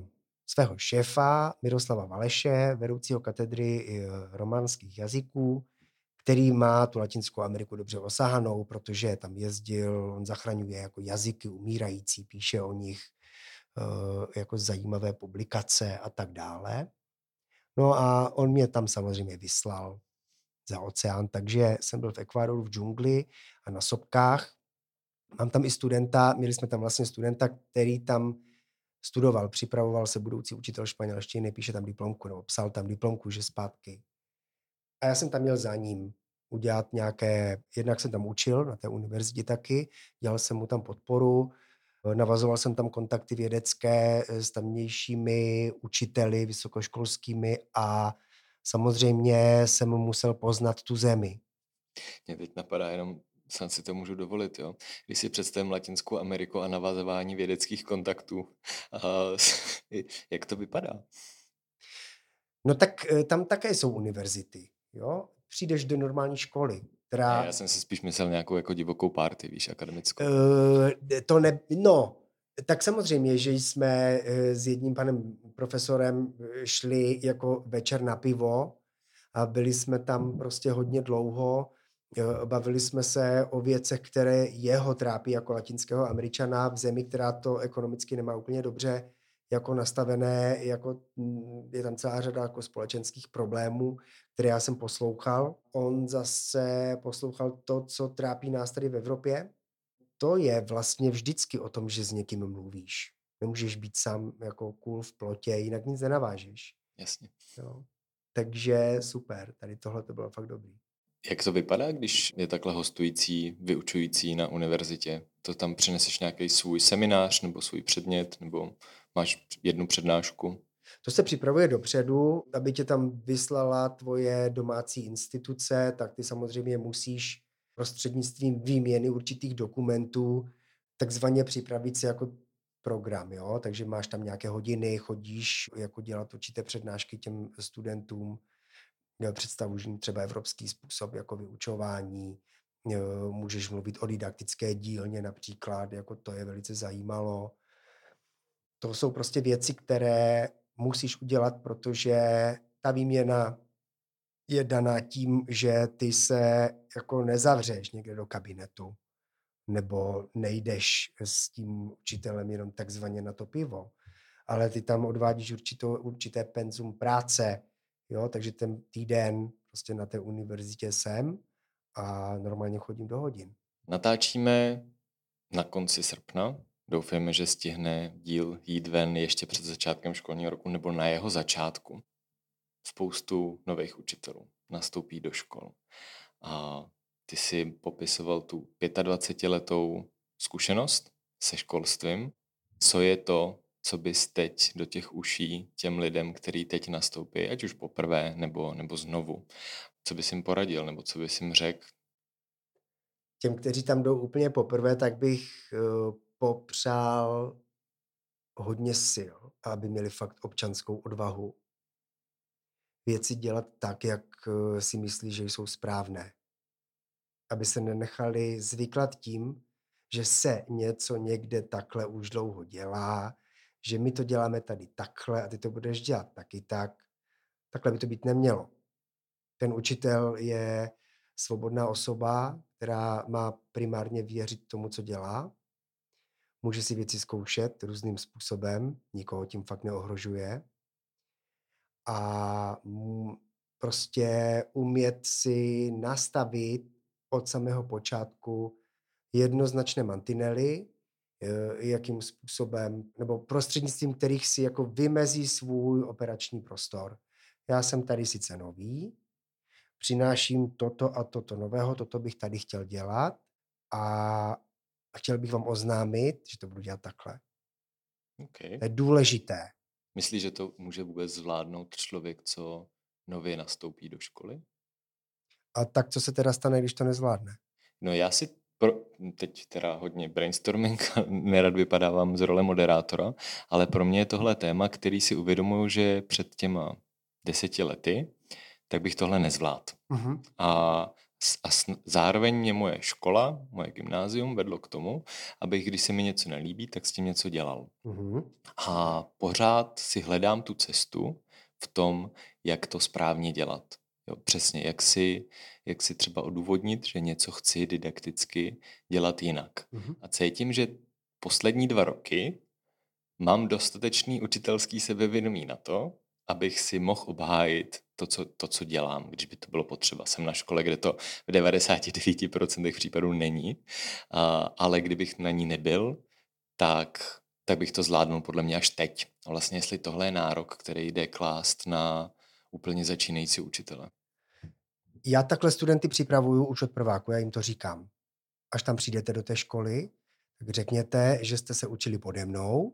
[SPEAKER 2] svého šéfa Miroslava Valeše, vedoucího katedry románských jazyků, který má tu Latinskou Ameriku dobře osahanou, protože tam jezdil, on zachraňuje jako jazyky umírající, píše o nich jako zajímavé publikace a tak dále. No a on mě tam samozřejmě vyslal za oceán, takže jsem byl v Ekvádoru v džungli a na sopkách. Mám tam i studenta, měli jsme tam vlastně studenta, který tam studoval, připravoval se budoucí učitel španělštiny, píše tam diplomku, nebo psal tam diplomku, že zpátky. A já jsem tam měl za ním udělat nějaké, jednak jsem tam učil na té univerzitě taky, dělal jsem mu tam podporu, navazoval jsem tam kontakty vědecké s tamnějšími učiteli vysokoškolskými a samozřejmě jsem musel poznat tu zemi.
[SPEAKER 1] Mě teď napadá jenom, sám si to můžu dovolit, jo. Když si představím Latinskou Ameriku a navazování vědeckých kontaktů, a jak to vypadá?
[SPEAKER 2] No tak tam také jsou univerzity, jo. Přijdeš do normální školy, která...
[SPEAKER 1] Ne, já jsem si spíš myslel nějakou jako divokou party, víš, akademickou.
[SPEAKER 2] Uh, to ne... No, tak samozřejmě, že jsme s jedním panem profesorem šli jako večer na pivo a byli jsme tam prostě hodně dlouho. Bavili jsme se o věcech, které jeho trápí jako latinského Američana v zemi, která to ekonomicky nemá úplně dobře jako nastavené, jako je tam celá řada jako společenských problémů, které já jsem poslouchal. On zase poslouchal to, co trápí nás tady v Evropě. To je vlastně vždycky o tom, že s někým mluvíš. Nemůžeš být sám jako kůl v plotě, jinak nic nenavážeš.
[SPEAKER 1] Jasně.
[SPEAKER 2] Jo. Takže super, tady tohle to bylo fakt dobrý.
[SPEAKER 1] Jak to vypadá, když je takhle hostující, vyučující na univerzitě? To tam přineseš nějaký svůj seminář nebo svůj předmět, nebo máš jednu přednášku?
[SPEAKER 2] To se připravuje dopředu, aby tě tam vyslala tvoje domácí instituce, tak ty samozřejmě musíš prostřednictvím výměny určitých dokumentů takzvaně připravit si jako program, jo? Takže máš tam nějaké hodiny, chodíš jako dělat určité přednášky těm studentům, představují třeba evropský způsob jako vyučování, můžeš mluvit o didaktické dílně například, jako to je velice zajímalo. To jsou prostě věci, které musíš udělat, protože ta výměna je daná tím, že ty se jako nezavřeš někde do kabinetu nebo nejdeš s tím učitelem jenom takzvaně na to pivo, ale ty tam odvádíš určitou, určité penzum práce, jo, takže ten týden prostě na té univerzitě jsem a normálně chodím do hodin.
[SPEAKER 1] Natáčíme na konci srpna. Doufáme, že stihne díl jít ven ještě před začátkem školního roku nebo na jeho začátku. Spoustu nových učitelů nastoupí do škol. A ty si popisoval tu dvacetiletou zkušenost se školstvím. Co je to, co bys teď do těch uší těm lidem, který teď nastoupí, ať už poprvé nebo, nebo znovu, co bys jim poradil nebo co bys jim řekl?
[SPEAKER 2] Těm, kteří tam jdou úplně poprvé, tak bych uh, popřál hodně sil, aby měli fakt občanskou odvahu věci dělat tak, jak uh, si myslí, že jsou správné. Aby se nenechali zvyklat tím, že se něco někde takhle už dlouho dělá, že my to děláme tady takhle a ty to budeš dělat taky tak. Takhle by to být nemělo. Ten učitel je svobodná osoba, která má primárně věřit tomu, co dělá. Může si věci zkoušet různým způsobem, nikoho tím fakt neohrožuje. A prostě umět si nastavit od samého počátku jednoznačné mantinely, jakým způsobem, nebo prostřednictvím kterých si jako vymezí svůj operační prostor. Já jsem tady sice nový, přináším toto a toto nového, toto bych tady chtěl dělat a chtěl bych vám oznámit, že to budu dělat takhle.
[SPEAKER 1] Okay.
[SPEAKER 2] To je důležité.
[SPEAKER 1] Myslíš, že to může vůbec zvládnout člověk, co nově nastoupí do školy?
[SPEAKER 2] A tak co se teda stane, když to nezvládne?
[SPEAKER 1] No já si pro, teď teda hodně brainstorming, nerad vypadávám z role moderátora, ale pro mě je tohle téma, který si uvědomuji, že před těma deseti lety, tak bych tohle nezvládl.
[SPEAKER 2] Uh-huh.
[SPEAKER 1] A A zároveň mě moje škola, moje gymnázium vedlo k tomu, abych, když se mi něco nelíbí, tak s tím něco dělal.
[SPEAKER 2] Mm-hmm.
[SPEAKER 1] A pořád si hledám tu cestu v tom, jak to správně dělat. Jo, přesně, jak si, jak si třeba odůvodnit, že něco chci didakticky dělat jinak. Mm-hmm. A cítím, že poslední dva roky mám dostatečný učitelský sebevědomí na to, abych si mohl obhájit to co, to, co dělám, když by to bylo potřeba. Jsem na škole, kde to v devadesát devět procent případů není, a, ale kdybych na ní nebyl, tak, tak bych to zvládnul podle mě až teď. A vlastně jestli tohle je nárok, který jde klást na úplně začínající učitele.
[SPEAKER 2] Já takhle studenty připravuju už od prváku, já jim to říkám. Až tam přijdete do té školy, tak řekněte, že jste se učili pode mnou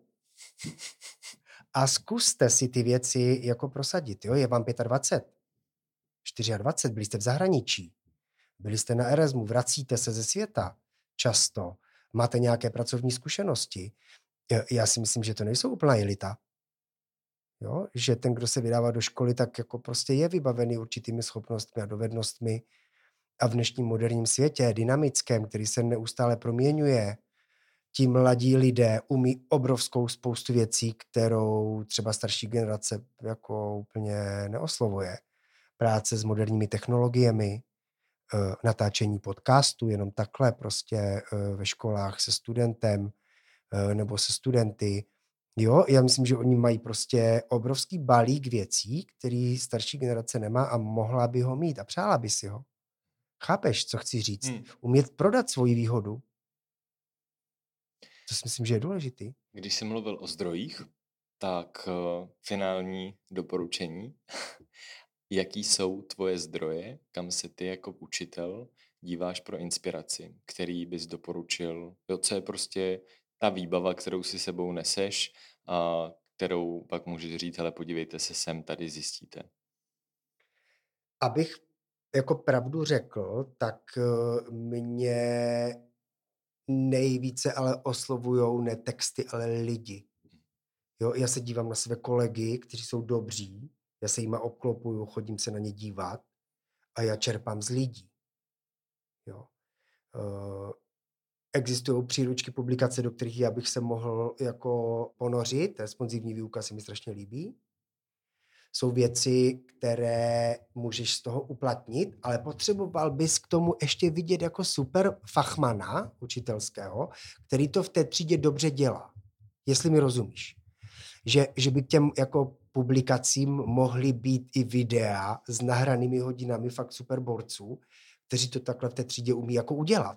[SPEAKER 2] a zkuste si ty věci jako prosadit. Jo? Je vám dvacet pět, dvacet čtyři, byli jste v zahraničí, byli jste na Erasmu, vracíte se ze světa často, máte nějaké pracovní zkušenosti. Já si myslím, že to nejsou úplná elita. Jo? Že ten, kdo se vydává do školy, tak jako prostě je vybavený určitými schopnostmi a dovednostmi a v dnešním moderním světě, dynamickém, který se neustále proměňuje, ti mladí lidé umí obrovskou spoustu věcí, kterou třeba starší generace jako úplně neoslovuje. Práce s moderními technologiemi, natáčení podcastu, jenom takhle prostě ve školách se studentem nebo se studenty. Jo, já myslím, že oni mají prostě obrovský balík věcí, který starší generace nemá a mohla by ho mít a přála by si ho. Chápeš, co chci říct? Hmm. Umět prodat svoji výhodu. To si myslím, že je důležitý.
[SPEAKER 1] Když jsi mluvil o zdrojích, tak uh, finální doporučení. Jaký jsou tvoje zdroje, kam se ty jako učitel díváš pro inspiraci, který bys doporučil? Jo, co je prostě ta výbava, kterou si sebou neseš a kterou pak můžeš říct, hele, podívejte se sem, tady zjistíte.
[SPEAKER 2] Abych jako pravdu řekl, tak mě nejvíce ale oslovujou ne texty, ale lidi. Jo, já se dívám na své kolegy, kteří jsou dobří, já se jima obklopuju, chodím se na ně dívat a já čerpám z lidí. Jo. Uh, existují příručky, publikace, do kterých já bych se mohl jako ponořit, responsivní výuka se mi strašně líbí. Jsou věci, které můžeš z toho uplatnit, ale potřeboval bys k tomu ještě vidět jako super fachmana učitelského, který to v té třídě dobře dělá. Jestli mi rozumíš. Že, že by těm jako publikacím mohly být i videa s nahranými hodinami fakt super borců, kteří to takhle v té třídě umí jako udělat.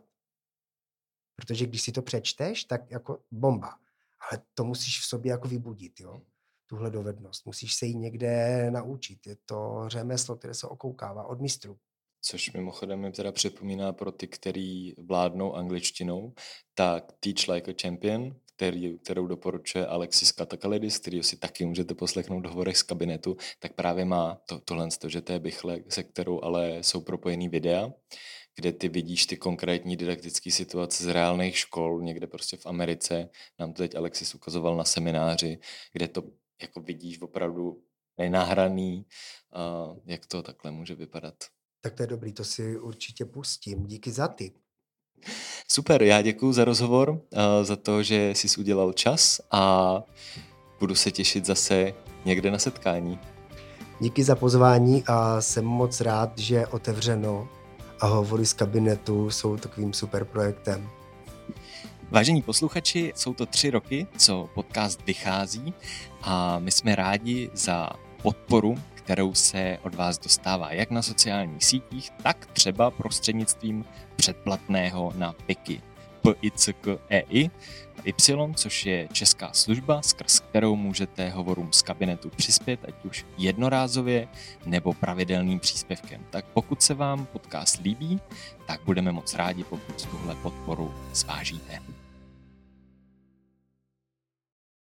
[SPEAKER 2] Protože když si to přečteš, tak jako bomba. Ale to musíš v sobě jako vybudit, jo. Tuhle dovednost. Musíš se ji někde naučit. Je to řemeslo, které se okoukává od mistrů.
[SPEAKER 1] Což mimochodem mi teda připomíná pro ty, který vládnou angličtinou, tak Teach Like a Champion, který, kterou doporučuje Alexis Katakalidis, kterýho si taky můžete poslechnout v hovorech z kabinetu, tak právě má to, tohle, že to je bichle, se kterou ale jsou propojený videa, kde ty vidíš ty konkrétní didaktické situace z reálných škol, někde prostě v Americe. Nám to teď Alexis ukazoval na semináři, kde to jako vidíš opravdu nenahraný, uh, jak to takhle může vypadat.
[SPEAKER 2] Tak to je dobrý, to si určitě pustím. Díky za tip.
[SPEAKER 1] Super, já děkuju za rozhovor, uh, za to, že jsi udělal čas a budu se těšit zase někde na setkání.
[SPEAKER 2] Díky za pozvání a jsem moc rád, že Otevřeno a Hovory z kabinetu jsou takovým super projektem.
[SPEAKER 1] Vážení posluchači, jsou to tři roky, co podcast vychází a my jsme rádi za podporu, kterou se od vás dostává jak na sociálních sítích, tak třeba prostřednictvím předplatného na Piky. P I C K E I Y, což je česká služba, skrz kterou můžete hovorům z kabinetu přispět, ať už jednorázově nebo pravidelným příspěvkem. Tak pokud se vám podcast líbí, tak budeme moc rádi, pokud tuhle podporu zvážíte.